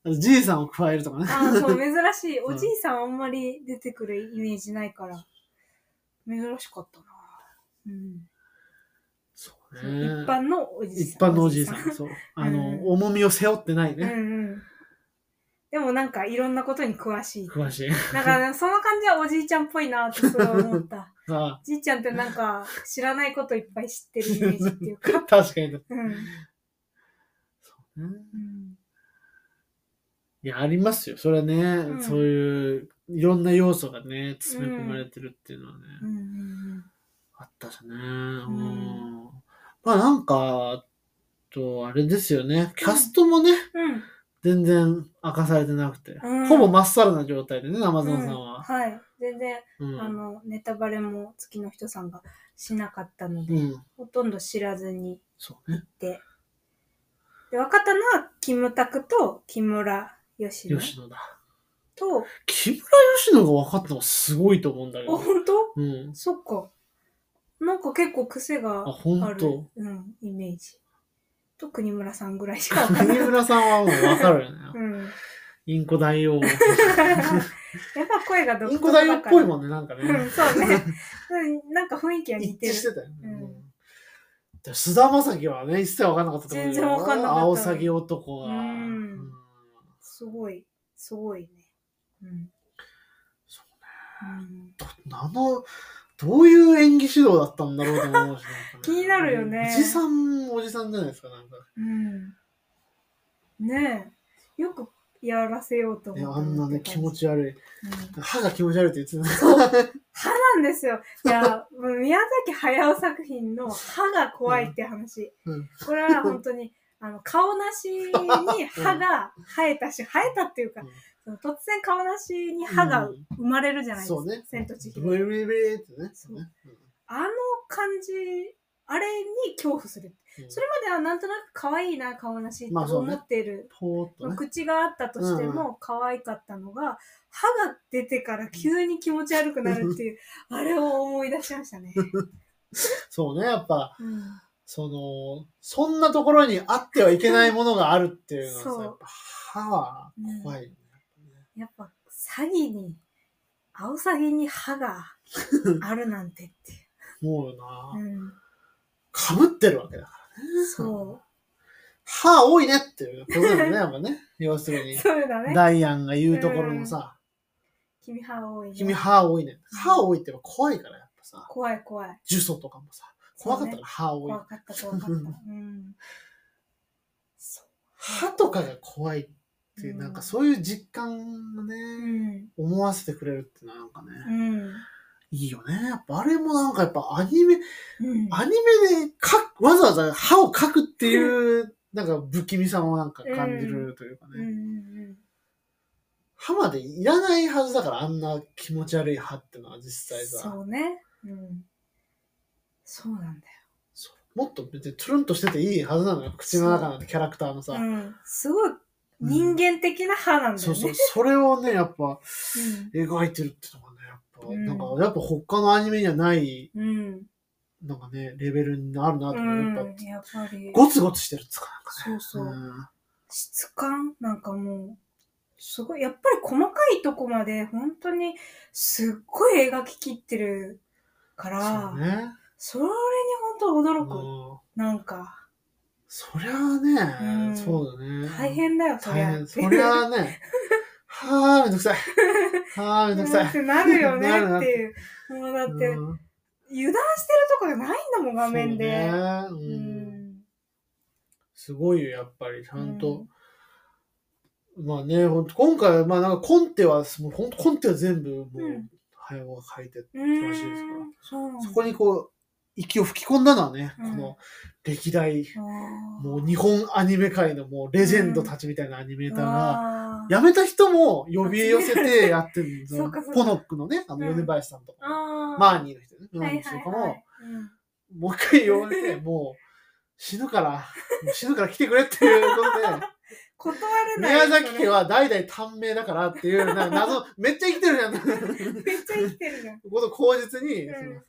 Speaker 1: あとじいさんを加えるとかね。
Speaker 2: ああ、そう、珍しい。おじいさんあんまり出てくるイメージないから、珍しかったな。うん。
Speaker 1: そう
Speaker 2: そう
Speaker 1: ね。
Speaker 2: 一般のおじい
Speaker 1: 一
Speaker 2: さん。
Speaker 1: 般のおじいさん。そう。あの、
Speaker 2: うん
Speaker 1: 重みを背負ってないね。
Speaker 2: うんうん。でもなんかいろんなことに詳しい。
Speaker 1: 詳しい。
Speaker 2: なんかその感じはおじいちゃんっぽいなってすごい思った。
Speaker 1: ああ
Speaker 2: じいちゃんってなんか知らないこといっぱい知ってるイメージっていうか。
Speaker 1: 確かに。
Speaker 2: うん。
Speaker 1: そうね。
Speaker 2: うん
Speaker 1: いや、ありますよ。それはね、
Speaker 2: うん
Speaker 1: そういう、いろんな要素がね、詰め込まれてるっていうのはね、
Speaker 2: うんうん
Speaker 1: あったしね。うん。まあなんか、あと、あれですよね。キャストもね、
Speaker 2: うん。うん。
Speaker 1: 全然明かされてなくて、
Speaker 2: うん
Speaker 1: ほぼまっさらな状態でね、アマゾンさん
Speaker 2: うん
Speaker 1: は。
Speaker 2: はい。全然、
Speaker 1: うん。
Speaker 2: あの、ネタバレも月の人さんがしなかったので、
Speaker 1: うん。
Speaker 2: ほとんど知らずに
Speaker 1: そうね。
Speaker 2: 行って。で、分かったのは、キムタクと木村佳乃
Speaker 1: 吉野だ。
Speaker 2: と、
Speaker 1: 木村佳乃が分かったのはすごいと思うんだけ
Speaker 2: あ、
Speaker 1: ど。
Speaker 2: 本当？
Speaker 1: うん。
Speaker 2: そっか。なんか結構癖が
Speaker 1: あ、
Speaker 2: ある。
Speaker 1: 本当。
Speaker 2: うん、イメージ。と国村さんぐらいしかわかんない。
Speaker 1: 国村さんはもう分かるよね。
Speaker 2: うん。
Speaker 1: インコ大王。
Speaker 2: やっぱ声が独
Speaker 1: インコ
Speaker 2: 特だから。
Speaker 1: 大王っぽいもんね、なんかね。
Speaker 2: うん、そうね。うんなんか雰囲気は似てる。
Speaker 1: 一致してたよね。
Speaker 2: うん
Speaker 1: で菅田将暉はね、一切分かんなかったと思うよ。
Speaker 2: 全然分かんなかった
Speaker 1: 青サギ男が。
Speaker 2: うん
Speaker 1: うん
Speaker 2: すごい、すごいね。うん。
Speaker 1: そうね。
Speaker 2: うん
Speaker 1: どあの、どういう演技指導だったんだろうと思うし、なんかね
Speaker 2: 気になるよね
Speaker 1: おじさん、おじさんじゃないですか、なんか。
Speaker 2: うん。ねえ。よくやらせようと思
Speaker 1: いや、
Speaker 2: った
Speaker 1: あんなね、気持
Speaker 2: ち。
Speaker 1: ち悪い。
Speaker 2: うん
Speaker 1: 歯が気持ち悪いって言ってた。
Speaker 2: そう。歯なんですよ。いや、もう宮崎駿作品の歯が怖いって話。
Speaker 1: うん
Speaker 2: これは本当に、あの、顔なしに歯が生えたし、生えたっていうか、
Speaker 1: うん
Speaker 2: その突然顔なしに歯が生まれるじゃないですか。
Speaker 1: そうね。
Speaker 2: 千と千尋。
Speaker 1: ブリブリブリってね。
Speaker 2: そう
Speaker 1: ね
Speaker 2: あの感じ、あれに恐怖する。
Speaker 1: うん
Speaker 2: それまではなんとなく可愛いな、顔なしって
Speaker 1: まあそうね
Speaker 2: 思ってる。
Speaker 1: ぽーっとね。
Speaker 2: 口があったとしても可愛かったのが、歯が出てから急に気持ち悪くなるっていう、あれを思い出しましたね。
Speaker 1: そうね、やっぱ、
Speaker 2: うん、
Speaker 1: その、そんなところにあってはいけないものがあるっていうのはさ、
Speaker 2: そう
Speaker 1: やっぱ歯は怖いよね。
Speaker 2: やっぱ詐欺に、アオサギに歯があるなんてっていう。
Speaker 1: 思うな
Speaker 2: う。ん、
Speaker 1: かぶってるわけだからね。
Speaker 2: そ
Speaker 1: 歯多いねっていうことだよね、やっぱね。要する
Speaker 2: う。
Speaker 1: に。
Speaker 2: そうだね。
Speaker 1: ダイアンが言うところのさ、
Speaker 2: 君歯多いね。
Speaker 1: 君歯多いね。歯多いってやっぱ怖いから、やっぱさ。
Speaker 2: 怖い怖い。
Speaker 1: 呪詛とかもさ、怖かったから歯多い。
Speaker 2: 怖かった怖かった。うん。そう。
Speaker 1: 歯とかが怖いっていう、
Speaker 2: うん
Speaker 1: なんかそういう実感を
Speaker 2: う
Speaker 1: ね、
Speaker 2: ん。
Speaker 1: 思わせてくれるっていうのはなんかね、
Speaker 2: うん。
Speaker 1: いいよね。やっぱあれもなんかやっぱアニメ、
Speaker 2: うん。
Speaker 1: アニメでかわざわざ歯を描くっていう、なんか不気味さもなんか感じるというかね。
Speaker 2: うんうん
Speaker 1: 歯までいらないはずだから、あんな気持ち悪い歯ってのは実際さ。
Speaker 2: そうね。うん。そうなんだよ。
Speaker 1: そうもっと別にトゥルンとしてていいはずなのよ。口の中なんてキャラクターのさ。
Speaker 2: うん。すごい人間的な歯なんだよね。
Speaker 1: そうそう。それをね、やっぱ、
Speaker 2: うん。
Speaker 1: 描いてるってのがね、やっぱ、
Speaker 2: うん
Speaker 1: なんか、やっぱ他のアニメにはない、
Speaker 2: うん。
Speaker 1: なんかね、レベルにあるなと
Speaker 2: う
Speaker 1: 思う。やっ
Speaker 2: ん。やっぱり。
Speaker 1: ぱ、ゴツゴツしてるっつうかなんかね。
Speaker 2: そうそう。
Speaker 1: うん
Speaker 2: 質感なんかもう、すごい、やっぱり細かいとこまで本当にすっごい描ききってるから、
Speaker 1: そうね。
Speaker 2: それに本当驚く。
Speaker 1: うん
Speaker 2: なんか、
Speaker 1: そりゃあね、
Speaker 2: うん
Speaker 1: そうだね。
Speaker 2: 大変だよ、そりゃ。
Speaker 1: 大変。そりゃあね、はぁ、めんどくさい。はぁ、めんどくさい。
Speaker 2: ってなるよね
Speaker 1: なるな
Speaker 2: っていう。もうだって、
Speaker 1: うん
Speaker 2: 油断してるとこがないんだもん、画面で。
Speaker 1: そうね。
Speaker 2: う
Speaker 1: うん
Speaker 2: ん。
Speaker 1: すごいよ、やっぱり、ちゃんと。
Speaker 2: うん
Speaker 1: まあね、ほんと今回、まあなんかコンテは、もうほんとコンテは全部、もう、
Speaker 2: うん
Speaker 1: 早尾が書いてる
Speaker 2: うん。
Speaker 1: らしいですから。
Speaker 2: そうなんだ。
Speaker 1: そこにこう、息を吹き込んだのはね、
Speaker 2: うん
Speaker 1: この歴代、
Speaker 2: あー
Speaker 1: もう日本アニメ界のもうレジェンドたちみたいなアニメーターが、
Speaker 2: あー
Speaker 1: 辞めた人も呼び寄せてやってるんですよ
Speaker 2: そうかそう。か
Speaker 1: ポノックのね、あの、
Speaker 2: うん
Speaker 1: 米林さんとか、
Speaker 2: あー。
Speaker 1: マーニーの人ね、
Speaker 2: はい
Speaker 1: マーニーの人とかも
Speaker 2: はいはい、うん
Speaker 1: もう一回呼ばれて、もう死ぬから、もう死ぬから来てくれっていうことで、
Speaker 2: 断れない。
Speaker 1: 宮崎家は代々短命だからっていう、なんか謎、めっちゃ生きてるじゃん。
Speaker 2: めっちゃ生きてるじゃん。
Speaker 1: こと口実に、
Speaker 2: うん
Speaker 1: その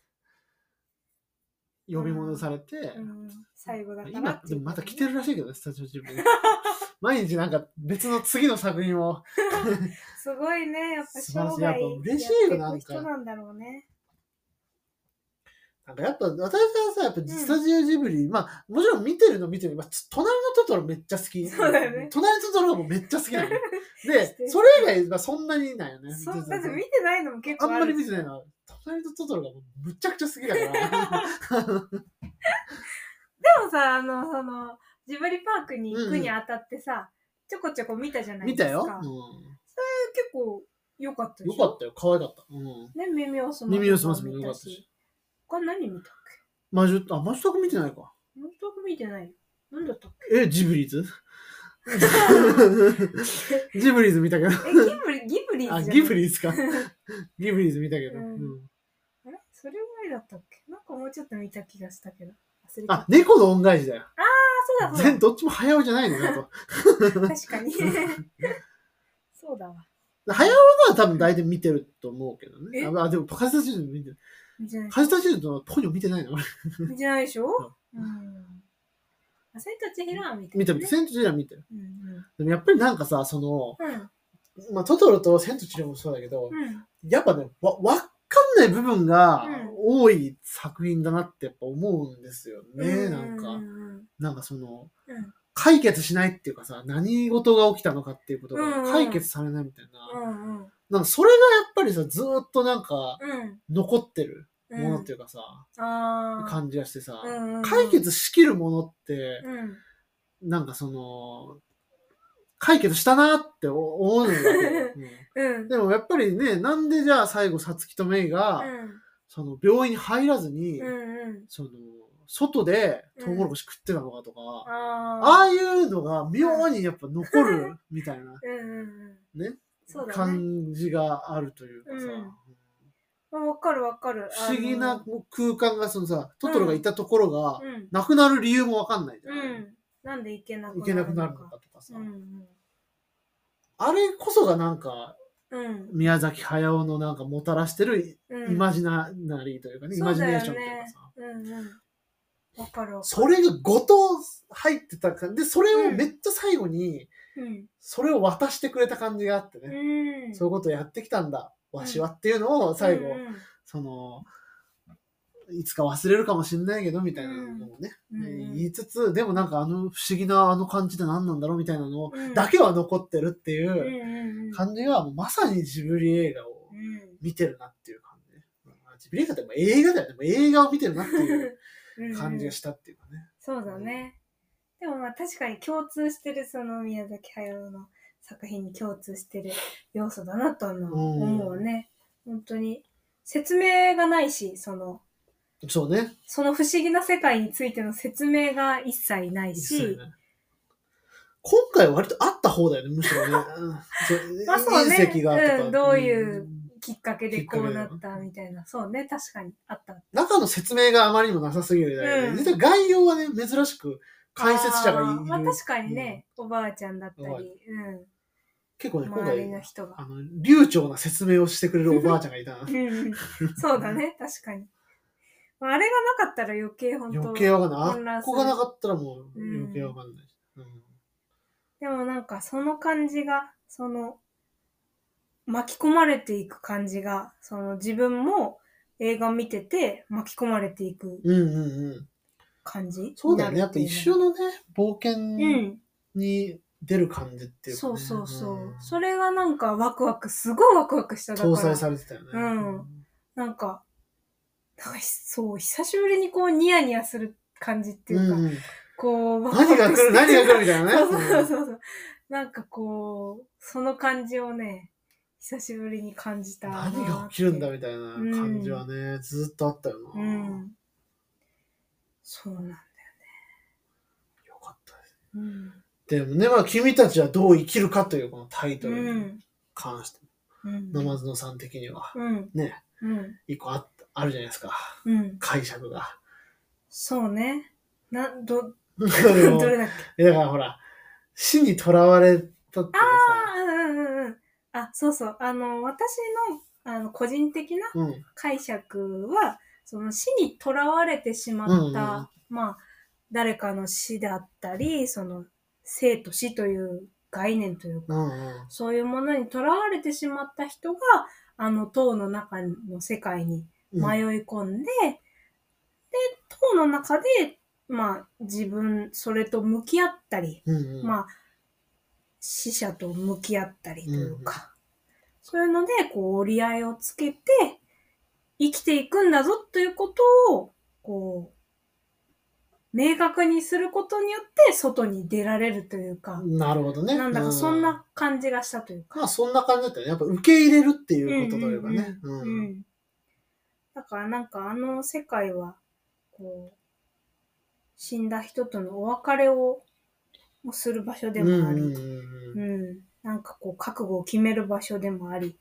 Speaker 1: 呼び戻されて、
Speaker 2: うん、最後だから
Speaker 1: 今、でもまた来てるらしいけどね、スタジオジブリ。 毎日なんか別の次の作品を
Speaker 2: すごいね。やっぱ
Speaker 1: 素晴らしい
Speaker 2: 生涯
Speaker 1: やっぱ嬉しいよ
Speaker 2: や
Speaker 1: なんか
Speaker 2: っていく人なんだろうね。
Speaker 1: なんかやっぱ私はさ、やっぱスタジオジブリ、うん、まあもちろん見てるの見てる、まあ、隣のトトロめっちゃ好き。
Speaker 2: そうだよね。
Speaker 1: 隣のトトロがもうめっちゃ好きなの。で、それ以外はそんなになんよね。
Speaker 2: そう、だって見てないのも結構
Speaker 1: ある。あんまり見てないのは、隣のトトロがもうむちゃくちゃ好きだから。
Speaker 2: でもさ、あの、その、ジブリパークに行くにあたってさ、うん、ちょこちょこ見たじゃないですか。
Speaker 1: 見たよ。うん、
Speaker 2: それ結構良かったでしょ。
Speaker 1: 良かったよ。可愛かった。うん、
Speaker 2: ね、耳をすま
Speaker 1: す。耳をすますも良かったし。
Speaker 2: 他何見たっけ？
Speaker 1: 魔女、あ、魔女宅見てないか。
Speaker 2: 魔女宅見てないよ。何だったっ
Speaker 1: け？え、ジブリーズジブリーズ見たけど。
Speaker 2: え、ギブリ、ギブリーズ
Speaker 1: あ、ギブリーズか。ギブリーズ見たけど。うん
Speaker 2: うん、あれそれぐらいだったっけ？なんかもうちょっと見た気がしたけど。
Speaker 1: 忘れた。あ、猫の恩返しだよ。
Speaker 2: ああ、そうだそうだ。
Speaker 1: どっちも早尾じゃないのよと。
Speaker 2: 確かに。そうだわ。
Speaker 1: 早尾は多分大体見てると思うけどね。あ、でも、カジタチーズ見てる。カジタチーズのポニョ見てないの？
Speaker 2: 見てないでしょ？うん。千と千尋は見てる、
Speaker 1: ね。見てる。千と千尋は見てる。
Speaker 2: うんうん、
Speaker 1: でもやっぱりなんかさ、その、
Speaker 2: うん、
Speaker 1: まあトトロと千と千尋もそうだけど、
Speaker 2: うん、
Speaker 1: やっぱね、わ、わかんない部分が多い作品だなってやっぱ思うんですよね。うん、なんか、なんかその、
Speaker 2: うん
Speaker 1: 解決しないっていうかさ、何事が起きたのかっていうことが解決されないみたいな。
Speaker 2: うんうん、
Speaker 1: なんかそれがやっぱりさ、ずーっとなんか、残ってるものっていうかさ、
Speaker 2: うん、
Speaker 1: 感じがしてさ、
Speaker 2: うんうん、
Speaker 1: 解決しきるものって、
Speaker 2: うん、
Speaker 1: なんかその、解決したなって思うんだけど、うん、でもやっぱりね、なんでじゃあ最後、さつきとめいが、うん、その病院に入らずに、うんうん、その、外でトウモロコシ食ってたのかとか、うん、あ, ああいうのが妙にやっぱ残るみたいな、ね、そうだね、感じがあるというかさ。
Speaker 2: わ、うん、かるわかる。
Speaker 1: 不思議な空間が、そのさ、トトロがいたところが、なくなる理由もわかんないじゃん。うん、
Speaker 2: なんで行けなくなるのか。
Speaker 1: 行けなくなるのかとかさ。うんうん、あれこそがなんか、うん、宮崎駿のなんかもたらしてるイマジナリーというかね、うん、イマジネーションというかさ。うんうん、わかるわかる。それがごと入ってた感じで、それをめっちゃ最後に、うん、それを渡してくれた感じがあってね。うん、そういうことをやってきたんだ、わしはっていうのを最後、うんうん、その、いつか忘れるかもしれないけど、みたいなのをね、うん、言いつつ、でもなんかあの不思議なあの感じで何なんだろうみたいなのだけは残ってるっていう感じが、まさにジブリ映画を見てるなっていう感じ。ジブリ映画っても映画だよね。映画を見てるなっていう感じがしたっていうかね。
Speaker 2: そうだね。でもまあ確かに共通してるその宮崎駿の作品に共通してる要素だなと思うね。うん、本当に説明がないし、その
Speaker 1: そうね。
Speaker 2: その不思議な世界についての説明が一切ないし、ね、
Speaker 1: 今回は割とあった方だよね、むしろね。
Speaker 2: まあそうね、隕石がとか、うん、どういうきっかけでこうなったみたいな。そうね、確かにあった。
Speaker 1: 中の説明があまりにもなさすぎるだよね。うん、実は概要はね、珍しく解説者がいる。
Speaker 2: まあ確かにね、うん、おばあちゃんだったり、うん、
Speaker 1: 結構ね、今
Speaker 2: 回の人が
Speaker 1: あの流暢な説明をしてくれるおばあちゃんがいたな。
Speaker 2: うん、そうだね、確かに。あれがなかったら余計本当
Speaker 1: 余計わかんない。あっこがなかったらもう余計わかんない、うんうん。
Speaker 2: でもなんかその感じが、その巻き込まれていく感じが、その自分も映画見てて巻き込まれていく感じ、うんうんうん、
Speaker 1: そうだよね。やっぱ一緒のね、冒険に出る感じっていうかね。
Speaker 2: そうそうそう。うん、それがなんかワクワク、すごいワクワクしただから。
Speaker 1: 搭載されてたよね。
Speaker 2: うん。なんか、そう、久しぶりにこうニヤニヤする感じっていうか、うん、こう、
Speaker 1: 何が来る何が来るみたいなね。
Speaker 2: そうそうそうそう。なんかこう、その感じをね、久しぶりに感じた。
Speaker 1: 何が起きるんだみたいな感じはね、うん、ずっとあったよな。うん。
Speaker 2: そうなんだよね。
Speaker 1: よかったです。うん、でもね、まあ、君たちはどう生きるかというこのタイトルに関しても、うん、ナマズノさん的には、うん、ね、うん、一個あった。あるじゃないですか。うん、解釈が。
Speaker 2: そうね。な、ど、どれだっけ？
Speaker 1: だからほら、死に囚われたってさ。あ
Speaker 2: あ、うんうんうん。あ、そうそう。あの、私の、あの、個人的な解釈は、うん、その死に囚われてしまった、うんうん、まあ、誰かの死だったり、その、 生と死という概念というか、
Speaker 1: うんうん、
Speaker 2: そういうものにとらわれてしまった人が、あの塔の中の世界に迷い込んで、うん、で、塔の中で、まあ、自分、それと向き合ったり、
Speaker 1: うんうん、
Speaker 2: まあ、死者と向き合ったりというか、うん、そういうので、こう、折り合いをつけて、生きていくんだぞということを、こう、明確にすることによって外に出られるというか。
Speaker 1: なるほどね。
Speaker 2: なんだかそんな感じがしたというか。
Speaker 1: うん、まあそんな感じだったよね。やっぱ受け入れるっていうことというかね。
Speaker 2: うんうんうんうん、だからなんかあの世界は、こう、死んだ人とのお別れをする場所でもあり、うん、うん、なんかこう覚悟を決める場所でもあり、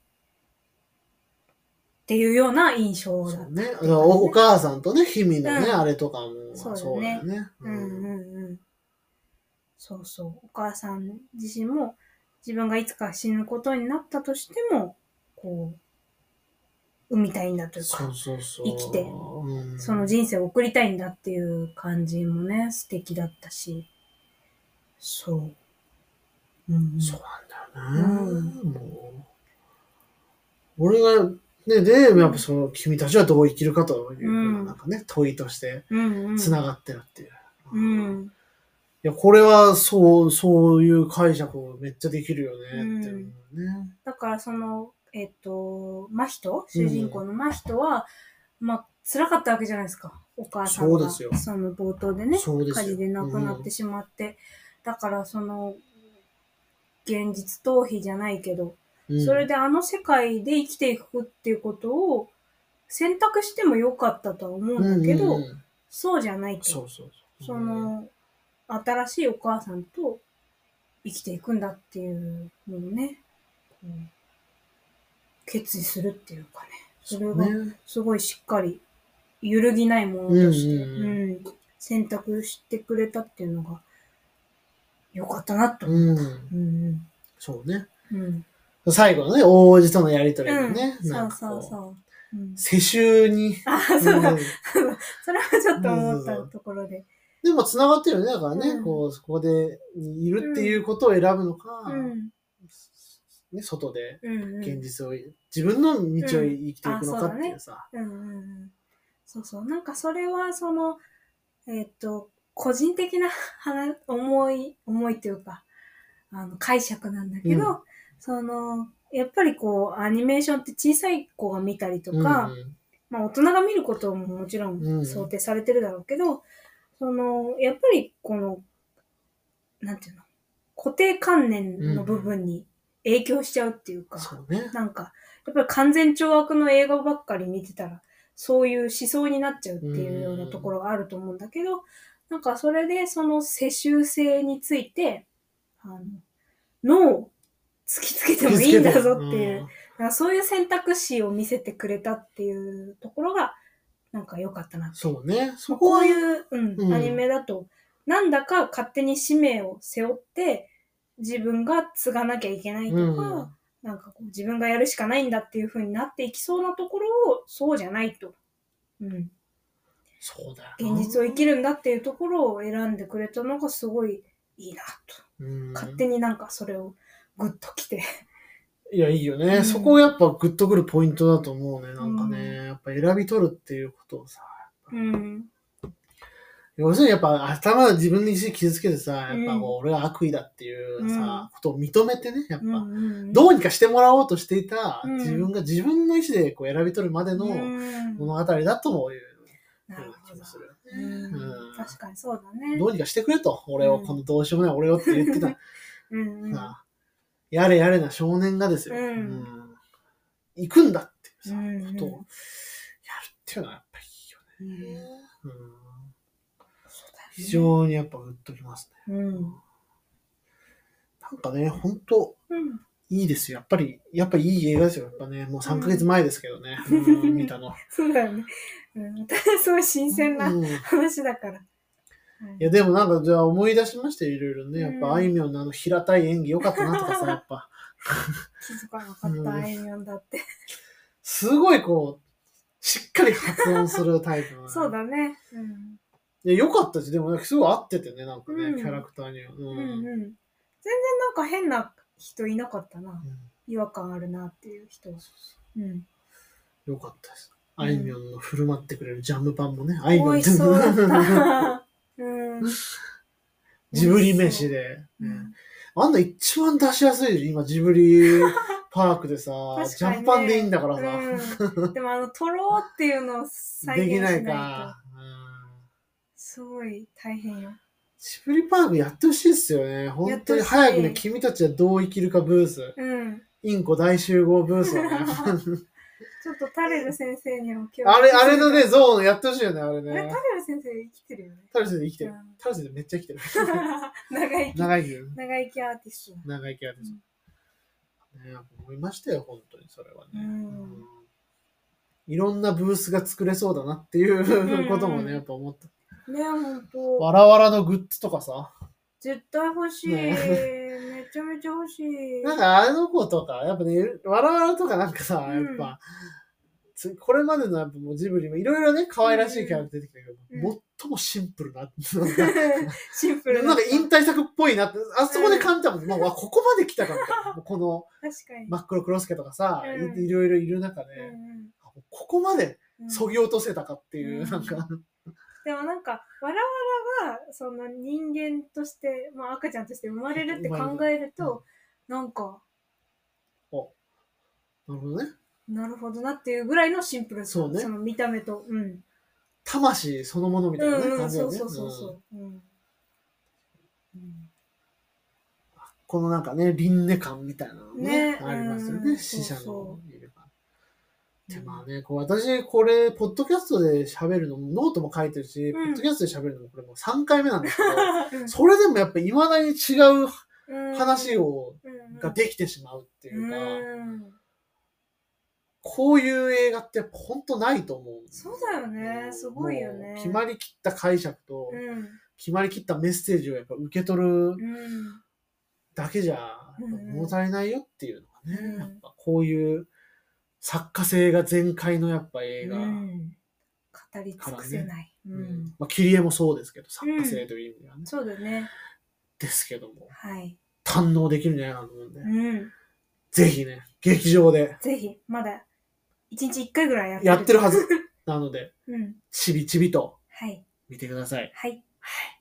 Speaker 2: っていうような印象だった、ね。
Speaker 1: そうね。お母さんとね、氷見のね、うん、あれとかも、
Speaker 2: そうだね。
Speaker 1: そうだよね。
Speaker 2: うん、うん、うん。そうそう。お母さん自身も自分がいつか死ぬことになったとしても、こう、産みたいんだというか、
Speaker 1: そうそうそう、
Speaker 2: 生きて、うん、その人生を送りたいんだっていう感じもね、素敵だったし、そう。
Speaker 1: うん、そうなんだよね。うん、もう俺が、ね、で、やっぱその、うん、君たちはどう生きるかというふうな、なんかね、うん、問いとして繋がってるっていう。
Speaker 2: うんうん
Speaker 1: いや、これは、そう、そういう解釈めっちゃできるよね、っていうね。
Speaker 2: だからその、えっと、真人主人公の真人は、うん、まあ、辛かったわけじゃないですか。お母さんが。
Speaker 1: そうですよ。
Speaker 2: その冒頭でね、火事で亡くなってしまって。うん、だからその、現実逃避じゃないけど、うん、それであの世界で生きていくっていうことを選択してもよかったとは思うんだけど、うんうんうん、そうじゃないと。
Speaker 1: そうそうそう。
Speaker 2: その、新しいお母さんと生きていくんだっていうのをね、うん、決意するっていうかね。それがすごいしっかり揺るぎないものとして、うんうんうん、選択してくれたっていうのがよかったなと思った。うんうん、
Speaker 1: そうね。
Speaker 2: うん、
Speaker 1: 最後のね、王子とのやりとりでね、
Speaker 2: うん、
Speaker 1: なんか
Speaker 2: そうそうそう。
Speaker 1: うん、世襲に。
Speaker 2: あ、そうだ、うん。それはちょっと思ったところで。
Speaker 1: でも繋がってるよね。だからね、うん、こう、そこでいるっていうことを選ぶのか、うんね、外で現実を、うんうん、自分の道を生きていくのかっていうさ。
Speaker 2: うん、うんうん、そうそう。なんかそれはその、えっと、個人的な思い、思いというか、あの、解釈なんだけど、うん、その、やっぱりこう、アニメーションって小さい子が見たりとか、うんうん、まあ大人が見ることももちろん想定されてるだろうけど、うん、その、やっぱりこの、なんていうの、固定観念の部分に影響しちゃうっていうか、
Speaker 1: そうね、
Speaker 2: なんか、やっぱり完全懲悪の映画ばっかり見てたら、そういう思想になっちゃうっていうようなところがあると思うんだけど、なんかそれでその世襲制について、あの、脳を突きつけてもいいんだぞっていう、うん、そういう選択肢を見せてくれたっていうところが、なんか良かったなって。
Speaker 1: そうね。
Speaker 2: そここういう、うん、うん、アニメだと、なんだか勝手に使命を背負って、自分が継がなきゃいけないとか、うん、なんかこう自分がやるしかないんだっていう風になっていきそうなところを、そうじゃないと。うん。
Speaker 1: そうだよ。
Speaker 2: 現実を生きるんだっていうところを選んでくれたのがすごいいいなと。うん、勝手になんかそれをグッときて。
Speaker 1: いや、いいよね。うん、そこがやっぱグッとくるポイントだと思うね。なんかね、うん、やっぱ選び取るっていうことをさ。
Speaker 2: うん。
Speaker 1: 要するにやっぱ頭で自分に傷つけてさ、やっぱもう俺は悪意だっていうさ、うん、ことを認めてね、やっぱ、うんうんうん、どうにかしてもらおうとしていた、うん、自分が自分の意思でこう選び取るまでの物語だともいうような気もするよね、
Speaker 2: うんうん。確かにそうだね。
Speaker 1: どうにかしてくれと、俺を、このどうしようもない俺をって言ってた。うんうん、さあやれやれな少年がですよ、うんうん、行くんだっていうさ、ことをやるっていうのはやっぱりいいよね。うんうん、非常にやっぱグッときますね。うん、なんかね、ほんと、いいですよ。やっぱり、やっぱいい映画ですよ。やっぱね、もうさんかげつまえですけどね、うん、見たの。
Speaker 2: そうだよね。うん、すごい新鮮な話だから。
Speaker 1: うん、いや、でもなんか、じゃあ思い出しましたよ、いろいろね。やっぱ、あいみょんのあの平たい演技良かったなとかさ、やっぱ。
Speaker 2: 気づかなかった、あいみょんだって。
Speaker 1: すごいこう、しっかり発音するタイプの、
Speaker 2: そうだね。うん。
Speaker 1: いや、よかったし、でもなんかすごい合っててね、なんかね、
Speaker 2: うん
Speaker 1: キャラクターには。うん。
Speaker 2: うんうん。全然なんか変な人いなかったな。
Speaker 1: うん
Speaker 2: 違和感あるなっていう人は。うん。
Speaker 1: よかったです。
Speaker 2: うん
Speaker 1: あいみょんの振る舞ってくれるジャムパンもね、あいみょん
Speaker 2: 美味しそうだった。うん。
Speaker 1: ジブリ飯で、ね
Speaker 2: うん
Speaker 1: あんな一番出しやすいで今ジブリパークでさ、
Speaker 2: 確かにね
Speaker 1: ジャムパンでいいんだからさ。
Speaker 2: うん、でもあの、とろーっていうのを再現しないと。
Speaker 1: できないか。うん
Speaker 2: すごい大変よ。
Speaker 1: ジブリパークやってほしいっすよね。本当に早くね、君たちはどう生きるかブース。
Speaker 2: うん。
Speaker 1: インコ大集合ブースをね。
Speaker 2: ちょっとタレル先生にも
Speaker 1: あれ、あれのね、ゾーンやってほしいよね、あれね。
Speaker 2: あれ、タレル先生生きてるよね。
Speaker 1: タレル先生生きてる
Speaker 2: うん。
Speaker 1: タレル先生めっちゃ生きてる。
Speaker 2: 長生き。
Speaker 1: 長生きる。
Speaker 2: 長生きアーティスト。
Speaker 1: 長生きアーティスト。ね、思いましたよ、本当にそれはね。
Speaker 2: うん
Speaker 1: うんいろんなブースが作れそうだなっていうこともね、やっぱ思った。
Speaker 2: ね、ほんと。
Speaker 1: わらわらのグッズとかさ。
Speaker 2: 絶対欲しい。
Speaker 1: ね
Speaker 2: めちゃめちゃ欲しい。
Speaker 1: なんかあの子とか、やっぱね、わらわらとかなんかさ、やっぱ、つこれまでのやっぱもうジブリもいろいろね、可愛らしいキャラクター出てきたけど、
Speaker 2: うん
Speaker 1: 最もシンプルな、なんか
Speaker 2: シンプル
Speaker 1: なんか引退作っぽいなって、あそこで感じたもん、もうあここまで来たかみたいな。もうこの
Speaker 2: 確かに。
Speaker 1: 真っ黒クロスケとかさ、
Speaker 2: うん
Speaker 1: いいろいろいる中で、
Speaker 2: うん
Speaker 1: あここまで
Speaker 2: うん
Speaker 1: そぎ落とせたかっていう、
Speaker 2: うん
Speaker 1: なんか、
Speaker 2: でもなんか、わらわらが、その人間として、まあ赤ちゃんとして生まれるって考えると、なんか、
Speaker 1: おなるほどね。
Speaker 2: なるほどなっていうぐらいのシンプルさ。
Speaker 1: そうね
Speaker 2: その見た目と。うん。
Speaker 1: 魂そのものみたいなね、
Speaker 2: うんうん、
Speaker 1: 感じだよね。
Speaker 2: そうそうそう
Speaker 1: うん
Speaker 2: そう。うん。うん
Speaker 1: このなんかね、輪廻感みたいなのね、
Speaker 2: ね
Speaker 1: ありますよね、
Speaker 2: うん
Speaker 1: 死者の
Speaker 2: そうそ
Speaker 1: いる感。で、まあね、こう私、これ、ポッドキャストで喋るのも、ノートも書いてるし、
Speaker 2: うん
Speaker 1: ポッドキャストで喋るのもこれもうさんかいめなんですけど、
Speaker 2: うん
Speaker 1: それでもやっぱ未だに違う
Speaker 2: うん
Speaker 1: 話を、
Speaker 2: うん
Speaker 1: ができてしまうっていうか、
Speaker 2: うん
Speaker 1: こういう映画ってやっぱ本当ないと思う。
Speaker 2: そうだよね。すごいよね。
Speaker 1: もう決まりきった解釈と、
Speaker 2: うん。
Speaker 1: 決まりきったメッセージをやっぱ受け取る
Speaker 2: うん。
Speaker 1: だけじゃ物足りないよっていうのがね、
Speaker 2: うん
Speaker 1: やっぱこういう作家性が全開のやっぱ映画、
Speaker 2: うん語り尽くせない。う
Speaker 1: うん
Speaker 2: ん。
Speaker 1: まあ、切り絵もそうですけど、作家性という意味ではね、
Speaker 2: そうだね。
Speaker 1: ですけども、
Speaker 2: はい。
Speaker 1: 堪能できるんじゃないかなと思うんで、
Speaker 2: うん。
Speaker 1: ぜひね、劇場で
Speaker 2: ぜひ、まだ、一日一回ぐらいやってる。
Speaker 1: やってるはずなので、
Speaker 2: うん。
Speaker 1: ちびちびと
Speaker 2: はい。
Speaker 1: 見てください。
Speaker 2: はい。
Speaker 1: はい